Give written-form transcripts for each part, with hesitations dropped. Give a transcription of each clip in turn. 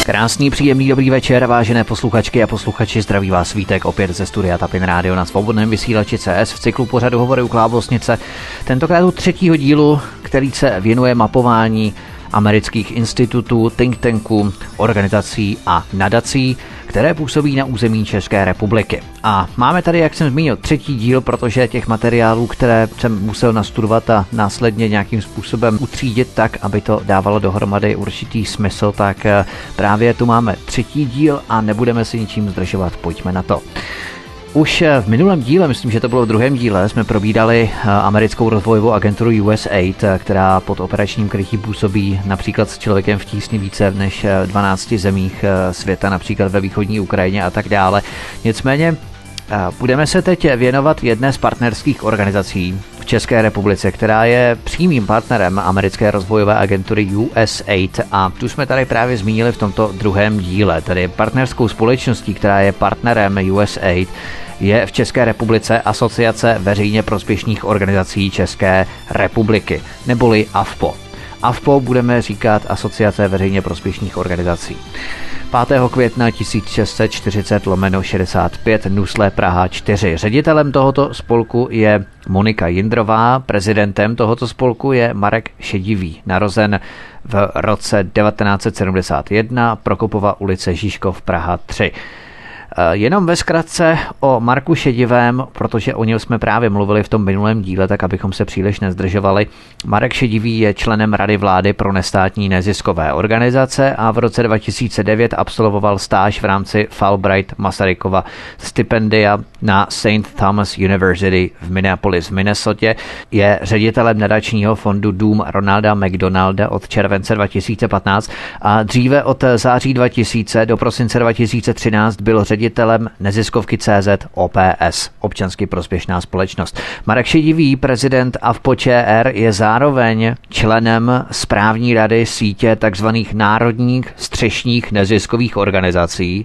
Krásný, příjemný, dobrý večer, vážené posluchačky a posluchači, zdraví vás Vítek opět ze studia Tapin Radio na svobodném vysílači CS v cyklu pořadu Hovory u Klábosnice. Tentokrát u třetího dílu, který se věnuje mapování amerických institutů, think tanků, organizací a nadací, které působí na území České republiky. A máme tady, jak jsem zmínil, třetí díl, protože těch materiálů, které jsem musel nastudovat a následně nějakým způsobem utřídit tak, aby to dávalo dohromady určitý smysl, tak právě tu máme třetí díl a nebudeme si ničím zdržovat. Pojďme na to. Už v minulém díle, myslím, že to bylo v druhém díle, jsme probídali americkou rozvojovou agenturu USAID, která pod operačním krytí působí například s Člověkem v tísni více než 12 zemích světa, například ve východní Ukrajině a tak dále. Nicméně budeme se teď věnovat jedné z partnerských organizací v České republice, která je přímým partnerem americké rozvojové agentury USAID a tu jsme tady právě zmínili v tomto druhém díle, tedy partnerskou společností, která je partnerem USAID, je v České republice Asociace veřejně prospěšných organizací České republiky, neboli AVPO. AVPO budeme říkat Asociace veřejně prospěšných organizací. 5. května 1640/65 Nusle Praha 4. Ředitelem tohoto spolku je Monika Jindrová, prezidentem tohoto spolku je Marek Šedivý, narozen v roce 1971, Prokopova ulice Žižkov, Praha 3. Jenom ve zkratce o Marku Šedivém, protože o něm jsme právě mluvili v tom minulém díle, tak abychom se příliš nezdržovali. Marek Šedivý je členem Rady vlády pro nestátní neziskové organizace a v roce 2009 absolvoval stáž v rámci Fulbright Masarykova stipendia na St. Thomas University v Minneapolis v Minnesotě. Je ředitelem nadačního fondu Dům Ronalda McDonalda od července 2015 a dříve od září 2000 do prosince 2013 byl ředitelem neziskovky CZ OPS, občansky prospěšná společnost. Marek Šedivý, prezident AVPO ČR, je zároveň členem správní rady sítě tzv. Národních střešních neziskových organizací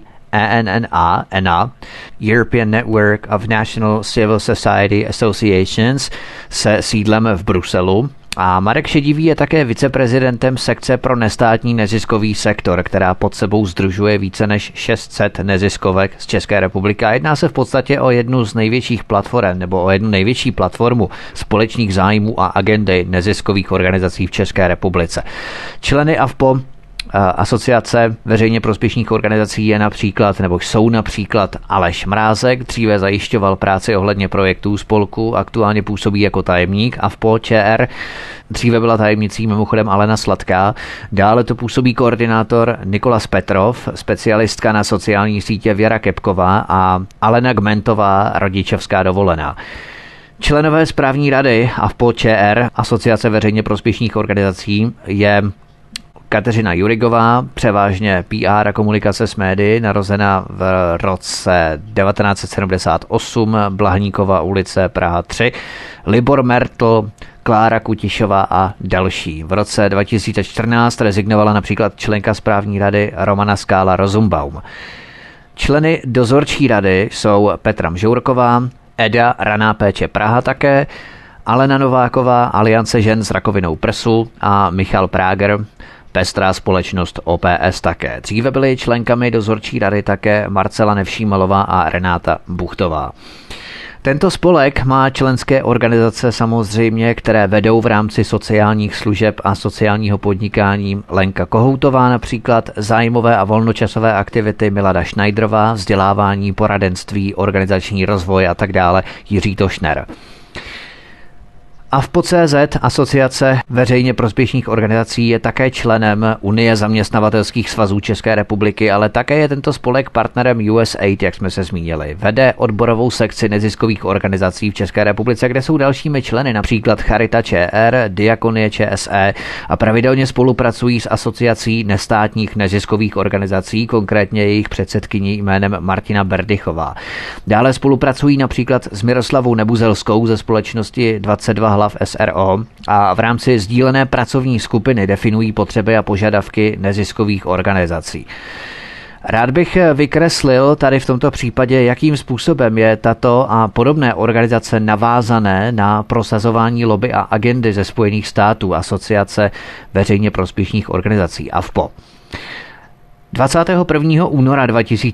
ENA, European Network of National Civil Society Associations, se sídlem v Bruselu. A Marek Šedivý je také viceprezidentem sekce pro nestátní neziskový sektor, která pod sebou sdružuje více než 600 neziskovek z České republiky. A jedná se v podstatě o jednu z největších platform nebo o jednu největší platformu společných zájmů a agendy neziskových organizací v České republice. Členy AVPO Asociace veřejně prospěšných organizací je například, nebo jsou například Aleš Mrázek, dříve zajišťoval práci ohledně projektů spolku, aktuálně působí jako tajemník AVPO ČR, dříve byla tajemnicí mimochodem Alena Sladká, dále to působí koordinátor Nikolas Petrov, specialistka na sociální sítě Věra Kepková a Alena Gmentová, rodičovská dovolená. Členové správní rady AVPO ČR, Asociace veřejně prospěšných organizací, je Kateřina Jurigová, převážně PR a komunikace s médií, narozená v roce 1978, Blahníkova ulice, Praha 3, Libor Mertl, Klára Kutišová a další. V roce 2014 rezignovala například členka správní rady Romana Skála Rozumbaum. Členy dozorčí rady jsou Petra Mžourková, Eda Raná péče Praha také, Alena Nováková, Aliance žen s rakovinou prsu a Michal Práger, Pestrá společnost OPS také. Dříve byly členkami dozorčí rady také Marcela Nevšímalová a Renáta Buchtová. Tento spolek má členské organizace samozřejmě, které vedou v rámci sociálních služeb a sociálního podnikání Lenka Kohoutová například, zájmové a volnočasové aktivity Milada Schneiderová, vzdělávání, poradenství, organizační rozvoj a tak dále Jiří Tošner. AVPO.cz, Asociace veřejně prospěšných organizací, je také členem Unie zaměstnavatelských svazů České republiky, ale také je tento spolek partnerem USAID, jak jsme se zmínili. Vede odborovou sekci neziskových organizací v České republice, kde jsou dalšími členy, například Charita ČR, Diakonie ČSE a pravidelně spolupracují s Asociací nestátních neziskových organizací, konkrétně jejich předsedkyní jménem Martina Berdychová. Dále spolupracují například s Miroslavou Nebuzelskou ze společnosti 22 hlav SRO a v rámci sdílené pracovní skupiny definují potřeby a požadavky neziskových organizací. Rád bych vykreslil tady v tomto případě, jakým způsobem je tato a podobné organizace navázané na prosazování lobby a agendy ze Spojených států Asociace veřejně prospěšných organizací AVPO. 21. února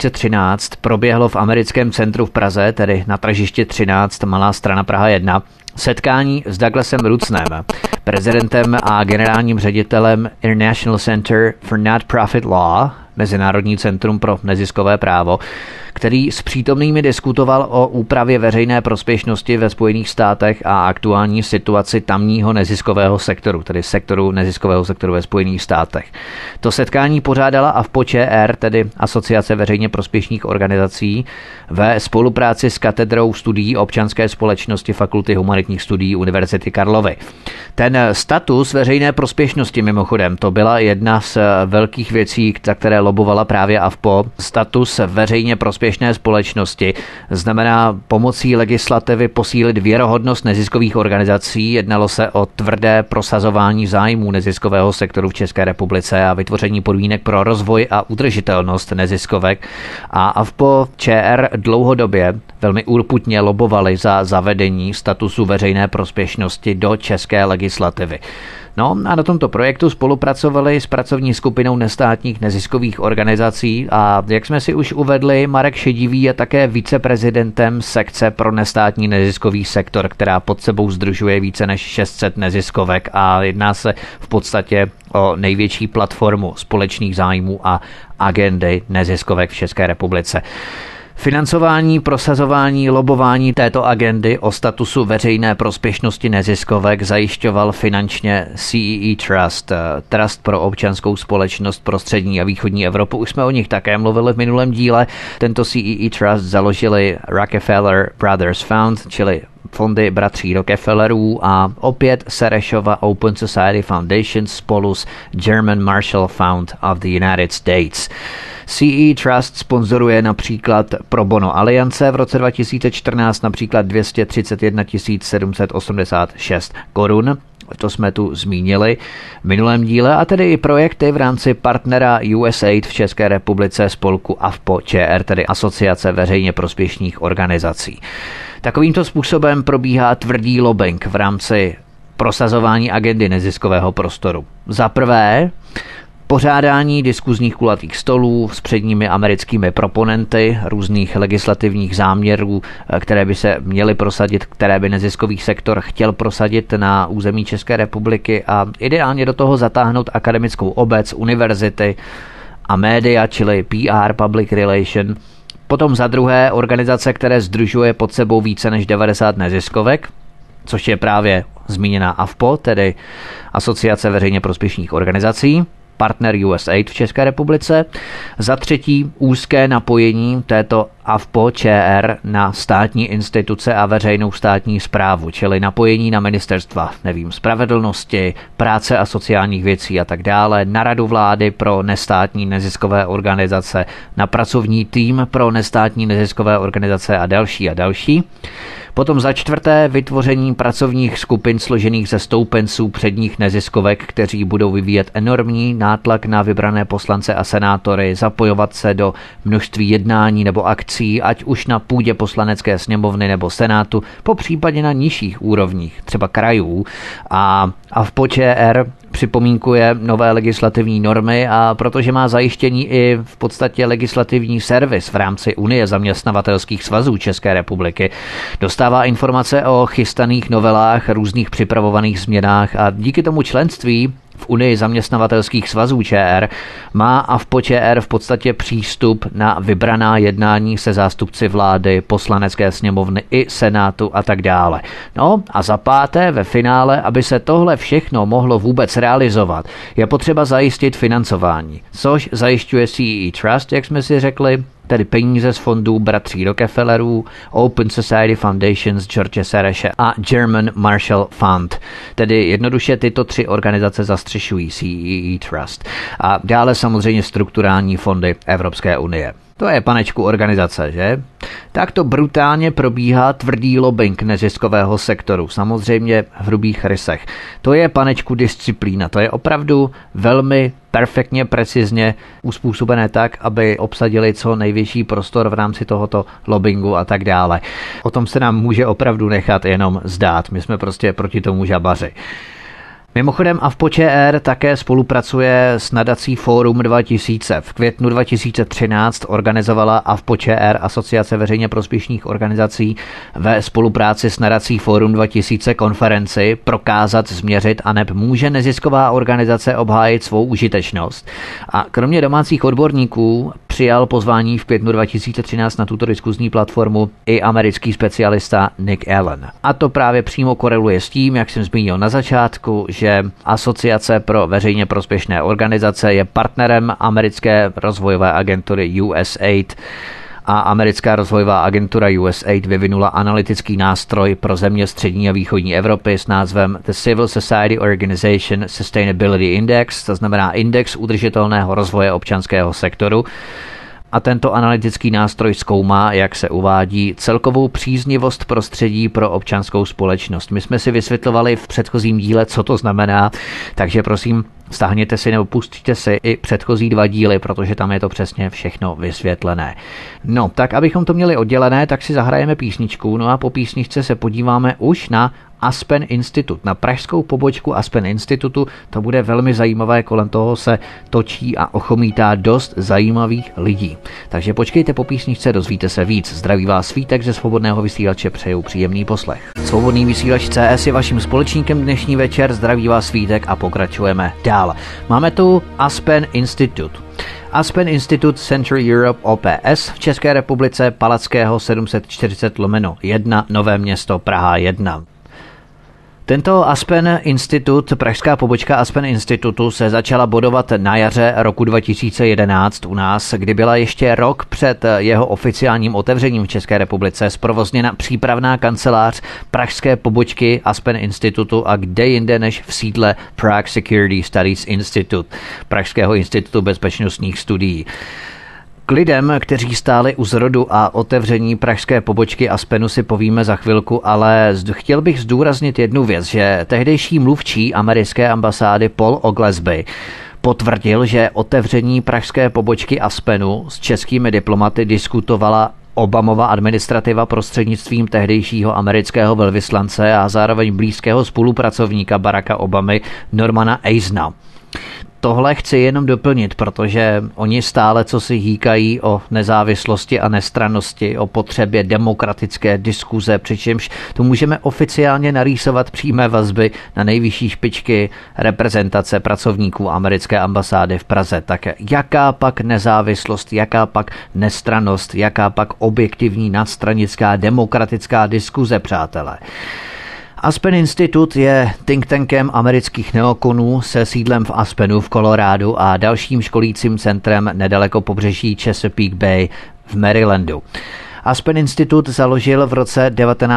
2013 proběhlo v Americkém centru v Praze, tedy na tržiště 13, Malá Strana Praha 1, setkání s Douglasem Rutznem, prezidentem a generálním ředitelem International Center for Not-Profit Law, Mezinárodní centrum pro neziskové právo, který s přítomnými diskutoval o úpravě veřejné prospěšnosti ve Spojených státech a aktuální situaci tamního neziskového sektoru, tedy neziskového sektoru ve Spojených státech. To setkání pořádala AFPO ČR, tedy Asociace veřejně prospěšných organizací, ve spolupráci s katedrou studií občanské společnosti Fakulty humanitních studií Univerzity Karlovy. Ten status veřejné prospěšnosti mimochodem, to byla jedna z velkých věcí, za které lobovala právě AFPO. Status veřejně prospěšné společnosti znamená pomocí legislativy posílit věrohodnost neziskových organizací. Jednalo se o tvrdé prosazování zájmů neziskového sektoru v České republice a vytvoření podmínek pro rozvoj a udržitelnost neziskovek. A AFPO ČR dlouhodobě velmi urputně lobovali za zavedení statusu veřejné prospěšnosti do české legislativy. No a na tomto projektu spolupracovali s pracovní skupinou nestátních neziskových organizací a jak jsme si už uvedli, Marek Šedivý je také viceprezidentem sekce pro nestátní neziskový sektor, která pod sebou sdružuje více než 600 neziskovek a jedná se v podstatě o největší platformu společných zájmů a agendy neziskovek v České republice. Financování, prosazování, lobování této agendy o statusu veřejné prospěšnosti neziskovek zajišťoval finančně CEE Trust, Trust pro občanskou společnost pro střední a východní Evropu. Už jsme o nich také mluvili v minulém díle. Tento CEE Trust založili Rockefeller Brothers Fund, čili fondy bratří Rockefellerů a opět Serešova Open Society Foundation spolu s German Marshall Fund of the United States. CEE Trust sponzoruje například Pro Bono Aliance v roce 2014 například 231 786 korun. To jsme tu zmínili v minulém díle a tedy i projekty v rámci partnera USAID v České republice spolku AFPO ČR, tedy Asociace veřejně prospěšných organizací. Takovýmto způsobem probíhá tvrdý lobbying v rámci prosazování agendy neziskového prostoru. Za prvé, pořádání diskuzních kulatých stolů s předními americkými proponenty různých legislativních záměrů, které by se měly prosadit, které by neziskový sektor chtěl prosadit na území České republiky a ideálně do toho zatáhnout akademickou obec, univerzity a média, čili PR, public relation. Potom za druhé organizace, které sdružuje pod sebou více než 90 neziskovek, což je právě zmíněná AFPO, tedy Asociace veřejně prospěšných organizací, partner USAID v České republice. Za třetí úzké napojení této AFPO ČR na státní instituce a veřejnou státní správu, čili napojení na ministerstva, spravedlnosti, práce a sociálních věcí a tak dále, na radu vlády pro nestátní neziskové organizace, na pracovní tým pro nestátní neziskové organizace a další a další. Potom za čtvrté vytvoření pracovních skupin složených ze stoupenců předních neziskovek, kteří budou vyvíjet enormní nátlak na vybrané poslance a senátory, zapojovat se do množství jednání nebo akcí, ať už na půdě poslanecké sněmovny nebo senátu, po případě na nižších úrovních, třeba krajů. A AFPO ČR připomínkuje nové legislativní normy a protože má zajištění i v podstatě legislativní servis v rámci Unie zaměstnavatelských svazů České republiky, dostává informace o chystaných novelách, různých připravovaných změnách a díky tomu členství v Unii zaměstnavatelských svazů ČR má AFPO ČR v podstatě přístup na vybraná jednání se zástupci vlády, poslanecké sněmovny i senátu a tak dále. No a za páté ve finále, aby se tohle všechno mohlo vůbec realizovat, je potřeba zajistit financování, což zajišťuje CEE Trust, jak jsme si řekli, tedy peníze z fondů bratří Rockefellerů, Open Society Foundations George Soreše a German Marshall Fund. Tedy jednoduše tyto tři organizace zastřešují CEE Trust. A dále samozřejmě strukturální fondy Evropské unie. To je, panečku, organizace, že? Takto brutálně probíhá tvrdý lobbying neziskového sektoru, samozřejmě v hrubých rysech. To je, panečku, disciplína, to je opravdu velmi perfektně, precizně uspůsobené tak, aby obsadili co největší prostor v rámci tohoto lobbingu a tak dále. O tom se nám může opravdu nechat jenom zdát, my jsme prostě proti tomu žabaři. Mimochodem AVPO-ČR také spolupracuje s nadací Fórum 2000. V květnu 2013 organizovala AVPO-ČR, Asociace veřejně prospěšných organizací, ve spolupráci s nadací Fórum 2000 konferenci Prokázat, změřit a neb může nezisková organizace obhájit svou užitečnost. A kromě domácích odborníků přijal pozvání v květnu 2013 na tuto diskuzní platformu i americký specialista Nick Allen. A to právě přímo koreluje s tím, jak jsem zmínil na začátku, že Asociace pro veřejně prospěšné organizace je partnerem americké rozvojové agentury USAID a americká rozvojová agentura USAID vyvinula analytický nástroj pro země střední a východní Evropy s názvem The Civil Society Organization Sustainability Index, to znamená index udržitelného rozvoje občanského sektoru. A tento analytický nástroj zkoumá, jak se uvádí, celkovou příznivost prostředí pro občanskou společnost. My jsme si vysvětlovali v předchozím díle, co to znamená, takže prosím, stáhněte si nebo pustíte si i předchozí 2 díly, protože tam je to přesně všechno vysvětlené. No, tak abychom to měli oddělené, tak si zahrajeme písničku, no a po písničce se podíváme už na Aspen Institut, na pražskou pobočku Aspen Institutu. To bude velmi zajímavé, kolem toho se točí a ochomítá dost zajímavých lidí. Takže počkejte po písničce, dozvíte se víc. Zdraví vás Vítek ze Svobodného vysílače, přeju příjemný poslech. Svobodný vysílač CS je vaším společníkem dnešní večer, zdraví vás Vítek a pokračujeme dál. Máme tu Aspen Institut. Aspen Institute Central Europe OPS v České republice, Palackého 740/1, Nové Město, Praha 1. Tento Aspen Institut, pražská pobočka Aspen Institutu, se začala bodovat na jaře roku 2011 u nás, kdy byla ještě rok před jeho oficiálním otevřením v České republice zprovozněna přípravná kancelář pražské pobočky Aspen Institutu a kde jinde než v sídle Prague Security Studies Institute, Pražského institutu bezpečnostních studií. K lidem, kteří stáli u zrodu a otevření pražské pobočky Aspenu, si povíme za chvilku, ale chtěl bych zdůraznit jednu věc, že tehdejší mluvčí americké ambasády Paul Oglesby potvrdil, že otevření pražské pobočky Aspenu s českými diplomaty diskutovala Obamova administrativa prostřednictvím tehdejšího amerického velvyslance a zároveň blízkého spolupracovníka Baracka Obamy Normana Eisena. Tohle chci jenom doplnit, protože oni stále co si hýkají o nezávislosti a nestrannosti, o potřebě demokratické diskuze, přičemž tu můžeme oficiálně narýsovat přímé vazby na nejvyšší špičky reprezentace pracovníků americké ambasády v Praze. Tak jaká pak nezávislost, jaká pak nestrannost, jaká pak objektivní nadstranická demokratická diskuze, přátelé? Aspen Institut je think tankem amerických neokonů se sídlem v Aspenu v Kolorádu a dalším školícím centrem nedaleko pobřeží Chesapeake Bay v Marylandu. Aspen Institut založil v roce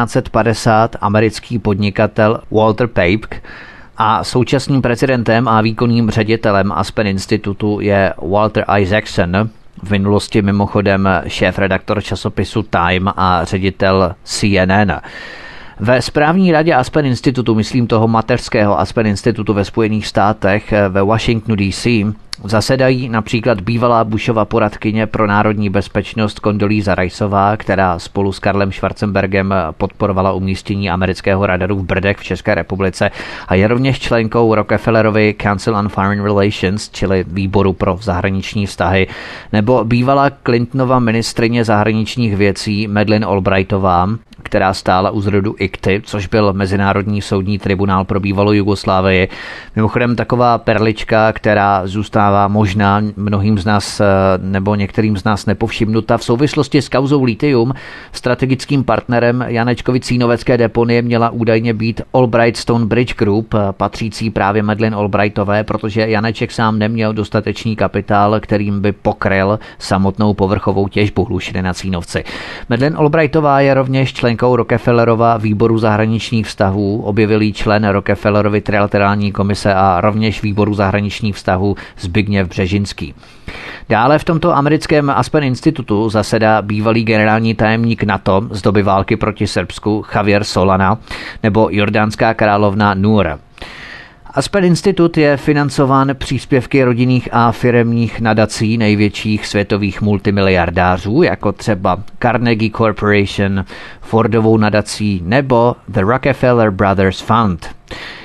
1950 americký podnikatel Walter Pape a současným prezidentem a výkonným ředitelem Aspen Institutu je Walter Isaacson, v minulosti mimochodem šéfredaktor časopisu Time a ředitel CNN. Ve správní radě Aspen Institutu, myslím toho mateřského Aspen Institutu ve Spojených státech ve Washingtonu DC, zasedají například bývalá Bushova poradkyně pro národní bezpečnost Condoleezza Riceová, která spolu s Karlem Schwarzenbergem podporovala umístění amerického radaru v Brdech v České republice a je rovněž členkou Rockefellerovy Council on Foreign Relations, čili výboru pro zahraniční vztahy, nebo bývalá Clintonova ministryně zahraničních věcí Madeleine Albrightová, která stála u zrodu ICTY, což byl Mezinárodní soudní tribunál pro bývalou Jugoslávii. Mimochodem taková perlička, která zůstává možná mnohým z nás nebo některým z nás nepovšimnuta v souvislosti s kauzou Lithium. Strategickým partnerem Janečkovy cínovecké deponie měla údajně být Albright Stonebridge Group, patřící právě Madeleine Albrightové, protože Janeček sám neměl dostatečný kapitál, kterým by pokryl samotnou povrchovou těžbu hlušiny na Cínovci. Madeleine Albrightová je rovněž členkou Rockefellerova výboru zahraničních vztahů, objevilý člen Rockefellerovy trilaterální komise a rovněž výboru zahraničních vztahů Zbigněv Břežinský. Dále v tomto americkém Aspen Institutu zasedá bývalý generální tajemník NATO z doby války proti Srbsku Javier Solana nebo jordánská královna Noor. Aspen Institut je financován příspěvky rodinných a firemních nadací největších světových multimiliardářů, jako třeba Carnegie Corporation, Fordovou nadací nebo The Rockefeller Brothers Fund.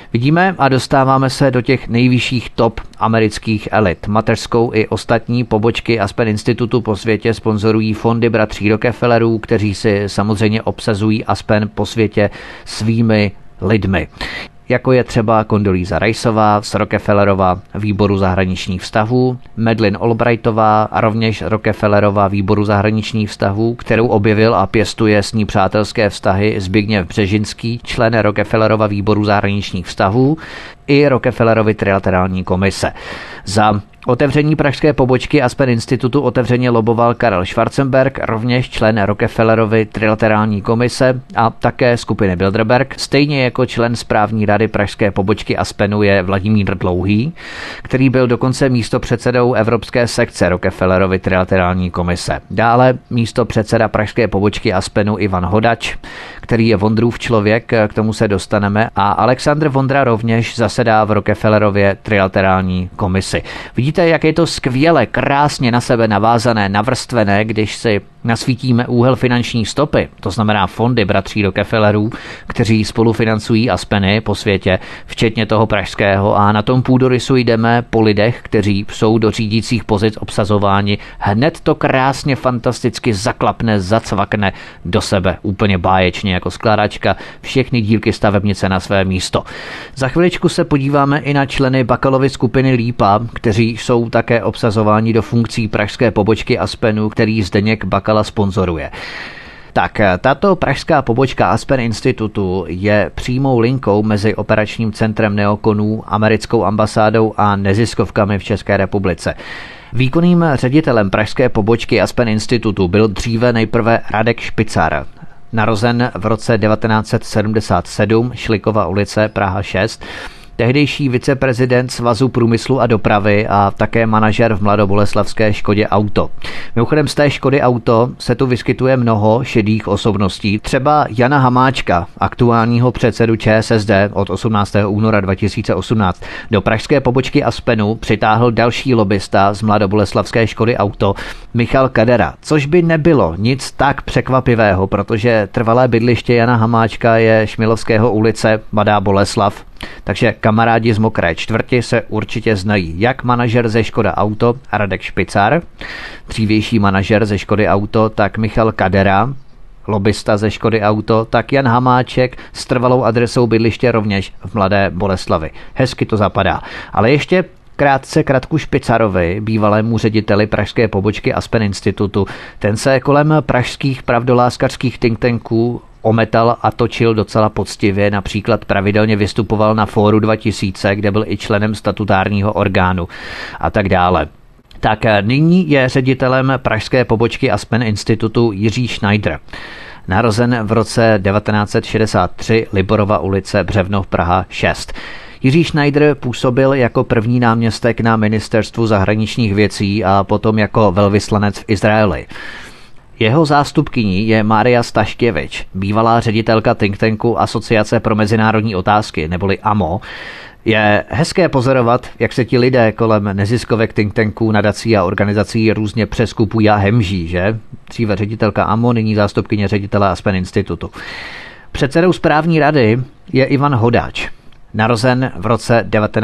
Vidíme a dostáváme se do těch nejvyšších top amerických elit. Mateřskou i ostatní pobočky Aspen Institutu po světě sponzorují fondy bratří Rockefellerů, kteří si samozřejmě obsazují Aspen po světě svými lidmi. Jako je třeba Condoleezza Riceová z Rockefellerova výboru zahraničních vztahů, Madeleine Albrightová a rovněž Rockefellerova výboru zahraničních vztahů, kterou objevil a pěstuje s ní přátelské vztahy Zbigněv Břežinský, člen Rockefellerova výboru zahraničních vztahů, i Rockefellerovy trilaterální komise. Za otevření pražské pobočky Aspen Institutu otevřeně loboval Karel Schwarzenberg, rovněž člen Rockefellerovy trilaterální komise a také skupiny Bilderberg. Stejně jako člen správní rady pražské pobočky Aspenu je Vladimír Dlouhý, který byl dokonce místopředsedou evropské sekce Rockefellerovy trilaterální komise. Dále místopředseda pražské pobočky Aspenu Ivan Hodač, který je Vondrův člověk, k tomu se dostaneme, a Alexandr Vondra rovněž zasedá v Rockefellerově trilaterální komisi. Vidíte, jak je to skvěle, krásně na sebe navázané, navrstvené, když si nasvítíme úhel finanční stopy, to znamená fondy bratří Rockefellerů, kteří spolufinancují Aspeny po světě, včetně toho pražského, a na tom půdorysu jdeme po lidech, kteří jsou do řídících pozic obsazováni. Hned to krásně, fantasticky zaklapne, zacvakne do sebe, úplně báječně jako skládačka, všechny dílky stavebnice na své místo. Za chviličku se podíváme i na členy Bakalovy skupiny Lípa, kteří jsou také obsazováni do funkcí pražské pobočky Aspenu, který Zdeněk Bakala sponzoruje. Tak, tato pražská pobočka Aspen Institutu je přímou linkou mezi operačním centrem neokonů, americkou ambasádou a neziskovkami v České republice. Výkonným ředitelem pražské pobočky Aspen Institutu byl dříve nejprve Radek Špicar. Narozen v roce 1977, Šlikova ulice, Praha 6, tehdejší viceprezident Svazu průmyslu a dopravy a také manažer v mladoboleslavské Škodě Auto. Mimochodem z té Škody Auto se tu vyskytuje mnoho šedých osobností, třeba Jana Hamáčka, aktuálního předsedu ČSSD od 18. února 2018. Do pražské pobočky Aspenu přitáhl další lobista z mladoboleslavské Škody Auto, Michal Kadera, což by nebylo nic tak překvapivého, protože trvalé bydliště Jana Hamáčka je Šmilovského ulice, Mladá Boleslav. Takže kamarádi z Mokré čtvrti se určitě znají, jak manažer ze Škoda Auto Radek Špicar, dřívější manažer ze Škody Auto, tak Michal Kadera, lobista ze Škody Auto, tak Jan Hamáček s trvalou adresou bydliště rovněž v Mladé Boleslavi. Hezky to zapadá. Ale ještě krátce k Radku Špicarovi, bývalému řediteli pražské pobočky Aspen Institutu. Ten se kolem pražských pravdoláskařských think tanků ometal a točil docela poctivě, například pravidelně vystupoval na Fóru 2000, kde byl i členem statutárního orgánu a tak dále. Tak nyní je ředitelem pražské pobočky Aspen Institutu Jiří Schneider. Narozen v roce 1963, Liborova ulice, Břevnov, Praha 6. Jiří Schneider působil jako první náměstek na ministerstvu zahraničních věcí a potom jako velvyslanec v Izraeli. Jeho zástupkyní je Mária Staškěvič, bývalá ředitelka think tanku Asociace pro mezinárodní otázky, neboli AMO. Je hezké pozorovat, jak se ti lidé kolem neziskovek think tanků, nadací a organizací různě přeskupují a hemží, že? Dříve ředitelka AMO, nyní zástupkyně ředitele Aspen Institutu. Předsedou správní rady je Ivan Hodač. Narozen v roce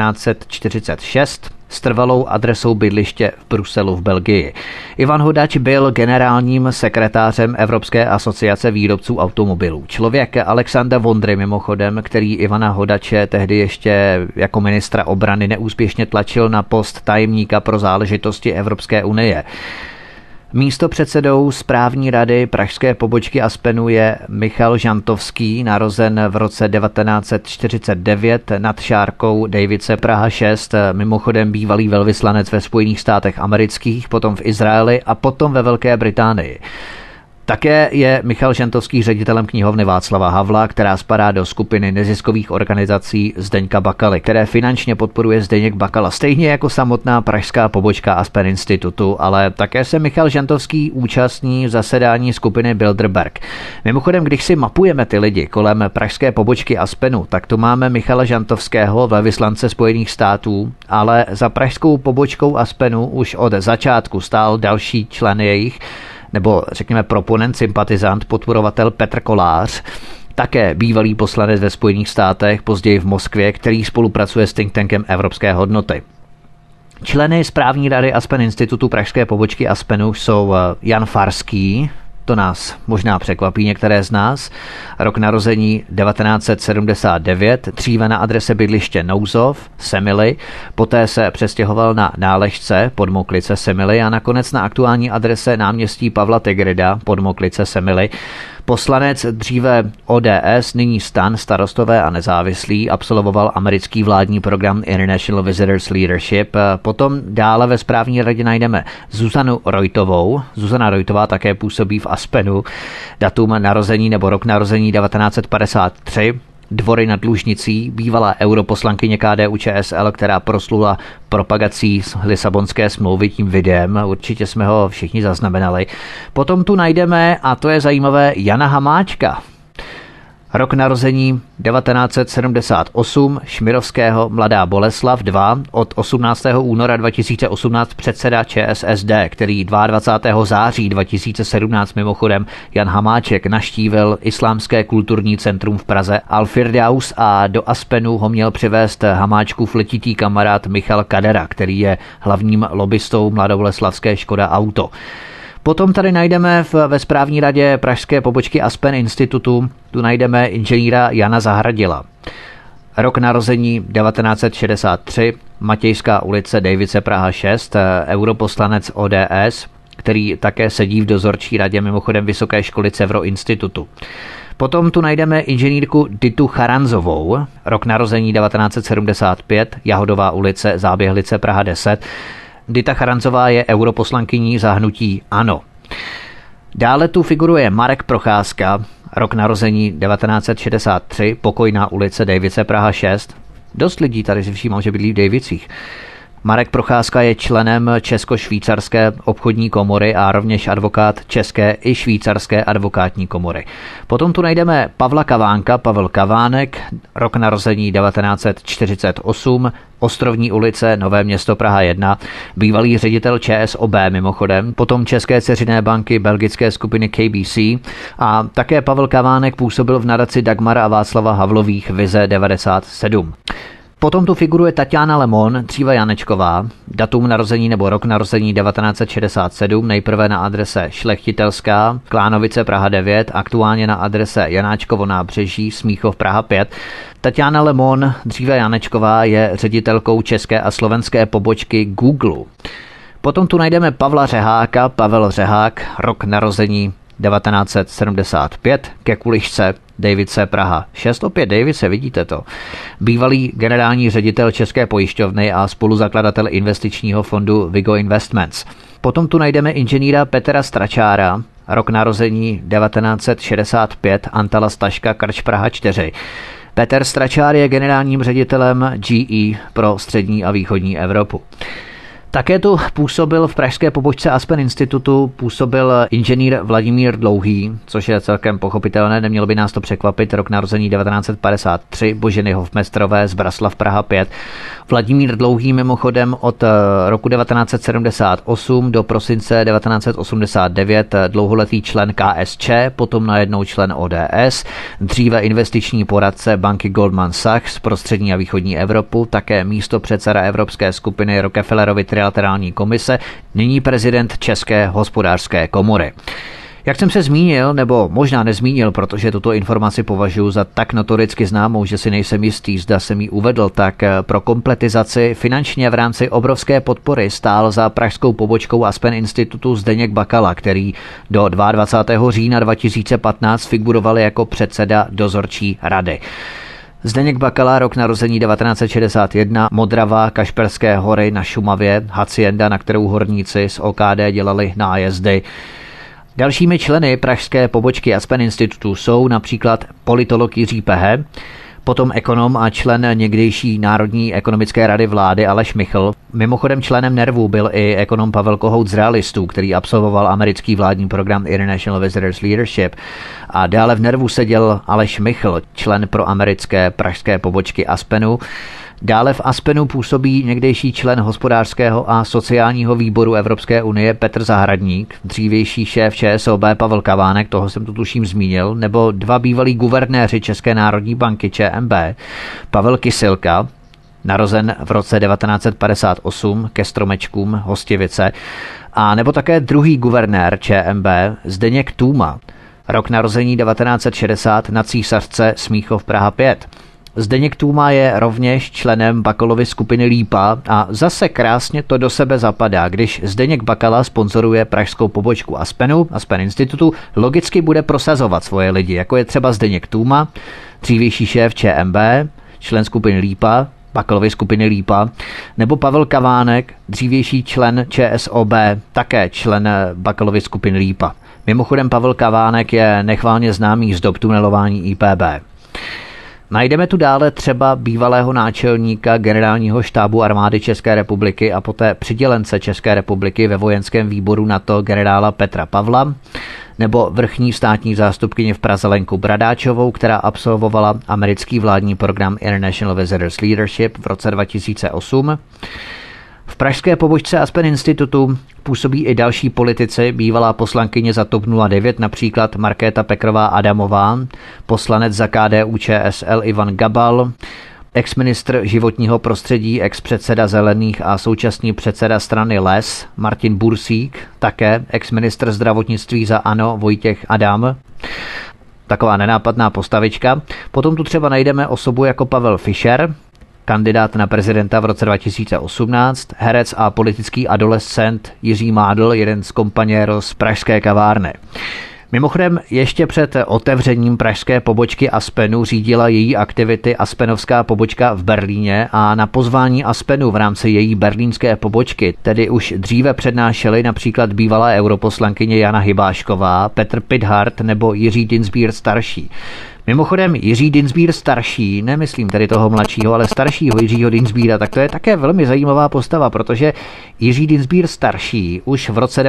1946 s trvalou adresou bydliště v Bruselu v Belgii. Ivan Hodač byl generálním sekretářem Evropské asociace výrobců automobilů. Člověk Alexandra Vondry mimochodem, který Ivana Hodače tehdy ještě jako ministra obrany neúspěšně tlačil na post tajemníka pro záležitosti Evropské unie. Místopředsedou správní rady pražské pobočky Aspenu je Michal Žantovský, narozen v roce 1949 nad Šárkou, Dejvice, Praha 6, mimochodem bývalý velvyslanec ve Spojených státech amerických, potom v Izraeli a potom ve Velké Británii. Také je Michal Žantovský ředitelem knihovny Václava Havla, která spadá do skupiny neziskových organizací Zdeňka Bakaly, které finančně podporuje Zdeněk Bakala, stejně jako samotná pražská pobočka Aspen Institutu, ale také se Michal Žantovský účastní zasedání skupiny Bilderberg. Mimochodem, když si mapujeme ty lidi kolem pražské pobočky Aspenu, tak tu máme Michala Žantovského, velvyslance Spojených států, ale za pražskou pobočkou Aspenu už od začátku stál další člen jejich, nebo řekněme proponent, sympatizant, podporovatel Petr Kolář, také bývalý poslanec ve Spojených státech, později v Moskvě, který spolupracuje s think tankem Evropské hodnoty. Členy správní rady Aspen Institutu pražské pobočky Aspenu jsou Jan Farský, to nás možná překvapí některé z nás, rok narození 1979, dříve na adrese bydliště Nouzov, Semily, poté se přestěhoval na Náležce, Podmoklice, Semily a nakonec na aktuální adrese náměstí Pavla Tegrida, Podmoklice, Semily. Poslanec dříve ODS, nyní STAN, Starostové a nezávislí, absolvoval americký vládní program International Visitors Leadership. Potom dále ve správní radě najdeme Zuzanu Rojtovou. Zuzana Rojtová také působí v Aspenu. Datum narození nebo rok narození 1953. Dvory nad Lužnicí, bývalá europoslankyně KDU-ČSL, která proslula propagací Lisabonské smlouvy tím videem. Určitě jsme ho všichni zaznamenali. Potom tu najdeme, a to je zajímavé, Jana Hamáčka. Rok narození 1978, Šmirovského, Mladá Boleslav 2, od 18. února 2018 předseda ČSSD, který 22. září 2017 mimochodem Jan Hamáček navštívil Islámské kulturní centrum v Praze Al-Firdaus a do Aspenu ho měl přivést Hamáčkův letitý kamarád Michal Kadera, který je hlavním lobbystou mladoboleslavské Škoda Auto. Potom tady najdeme ve správní radě pražské pobočky Aspen Institutu, tu najdeme inženýra Jana Zahradila. Rok narození 1963, Matějská ulice, Dejvice, Praha 6, europoslanec ODS, který také sedí v dozorčí radě mimochodem Vysoké školy Cevro Institutu. Potom tu najdeme inženýrku Ditu Charanzovou, rok narození 1975, Jahodová ulice, Záběhlice, Praha 10. Dita Charanzová je europoslankyní za hnutí ANO. Dále tu figuruje Marek Procházka, rok narození 1963, Pokojná ulice, Dejvice, Praha 6. Dost lidí tady si všímal, že bydlí v Dejvicích. Marek Procházka je členem Česko-švýcarské obchodní komory a rovněž advokát České i švýcarské advokátní komory. Potom tu najdeme Pavla Kavánka, Pavel Kavánek, rok narození 1948, Ostrovní ulice, Nové Město, Praha 1, bývalý ředitel ČSOB mimochodem, potom České dceřiné banky belgické skupiny KBC a také Pavel Kavánek působil v nadaci Dagmara a Václava Havlových Vize 97. Potom tu figuruje Tatiana Lemon, dříve Janečková, datum narození nebo rok narození 1967, nejprve na adrese Šlechtitelská, Klánovice, Praha 9, aktuálně na adrese Janáčkovo nábřeží, Smíchov, Praha 5. Tatiana Lemon, dříve Janečková, je ředitelkou české a slovenské pobočky Google. Potom tu najdeme Pavla Řeháka, Pavel Řehák, rok narození 1975, ke Kulišce, Dejvice, Praha 6, opět Dejvice, vidíte to. Bývalý generální ředitel České pojišťovny a spoluzakladatel investičního fondu Vigo Investments. Potom tu najdeme inženýra Petra Stračára, rok narození 1965, Antala Staška, Krč, Praha 4. Petr Stračár je generálním ředitelem GE pro střední a východní Evropu. Také tu působil v pražské pobočce Aspen Institutu, působil inženýr Vladimír Dlouhý, což je celkem pochopitelné, nemělo by nás to překvapit, rok narození 1953, Boženy Hofmestrové z Braslav, Praha 5. Vladimír Dlouhý mimochodem od roku 1978 do prosince 1989 dlouholetý člen KSČ, potom najednou člen ODS, dříve investiční poradce banky Goldman Sachs pro střední a východní Evropu, také místopředseda Evropské skupiny Rockefellerovy trilaterální komise, nyní prezident České hospodářské komory. Jak jsem se zmínil, nebo možná nezmínil, protože tuto informaci považuji za tak notoricky známou, že si nejsem jistý, zda jsem ji uvedl, tak pro kompletizaci finančně v rámci obrovské podpory stál za pražskou pobočkou Aspen Institutu Zdeněk Bakala, který do 22. října 2015 figuroval jako předseda dozorčí rady. Zdeněk Bakala, rok narození 1961, Modrava, Kašperské hory na Šumavě, hacienda, na kterou horníci z OKD dělali nájezdy. Dalšími členy pražské pobočky Aspen Institutu jsou například politolog Jiří Pehe, potom ekonom a člen někdejší Národní ekonomické rady vlády Aleš Michl. Mimochodem členem NERVu byl i ekonom Pavel Kohout z Realistů, který absolvoval americký vládní program International Visitors Leadership. A dále v NERVu seděl Aleš Michl, člen pro americké pražské pobočky Aspenu. Dále v Aspenu působí někdejší člen hospodářského a sociálního výboru Evropské unie Petr Zahradník, dřívější šéf ČSOB Pavel Kavánek, toho jsem tu tuším zmínil, nebo dva bývalí guvernéři České národní banky ČNB, Pavel Kysilka, narozen v roce 1958 ke Stromečkům Hostivice, a nebo také druhý guvernér ČNB Zdeněk Tůma, rok narození 1960 na Císařce Smíchov Praha 5. Zdeněk Tůma je rovněž členem Bakalovy skupiny Lípa a zase krásně to do sebe zapadá. Když Zdeněk Bakala sponzoruje pražskou pobočku Aspenu, Aspen Institutu, logicky bude prosazovat svoje lidi, jako je třeba Zdeněk Tůma, dřívější šéf ČNB, člen skupiny Lípa, Bakalovy skupiny Lípa, nebo Pavel Kavánek, dřívější člen ČSOB, také člen Bakalovy skupiny Lípa. Mimochodem Pavel Kavánek je nechválně známý z dob tunelování IPB. Najdeme tu dále třeba bývalého náčelníka generálního štábu armády České republiky a poté přidělence České republiky ve vojenském výboru NATO generála Petra Pavla, nebo vrchní státní zástupkyně v Praze Lenku Bradáčovou, která absolvovala americký vládní program International Visitors Leadership v roce 2008. V pražské pobočce Aspen Institutu působí i další politici, bývalá poslankyně za TOP 09, například Markéta Pekrová Adamová, poslanec za KDU-ČSL Ivan Gabal, exministr životního prostředí, expředseda Zelených a současný předseda strany LES Martin Bursík, také exministr zdravotnictví za ANO Vojtěch Adam. Taková nenápadná postavička. Potom tu třeba najdeme osobu jako Pavel Fischer, kandidát na prezidenta v roce 2018, herec a politický adolescent Jiří Mádl, jeden z kompaněrů z pražské kavárny. Mimochodem, ještě před otevřením pražské pobočky Aspenu řídila její aktivity aspenovská pobočka v Berlíně a na pozvání Aspenu v rámci její berlínské pobočky tedy už dříve přednášeli například bývalá europoslankyně Jana Hybášková, Petr Pithart nebo Jiří Dinsbír starší. Mimochodem Jiří Dinsbír starší, nemyslím tedy toho mladšího, ale staršího Jiřího Dinsbíra, tak to je také velmi zajímavá postava, protože Jiří Dinsbír starší už v roce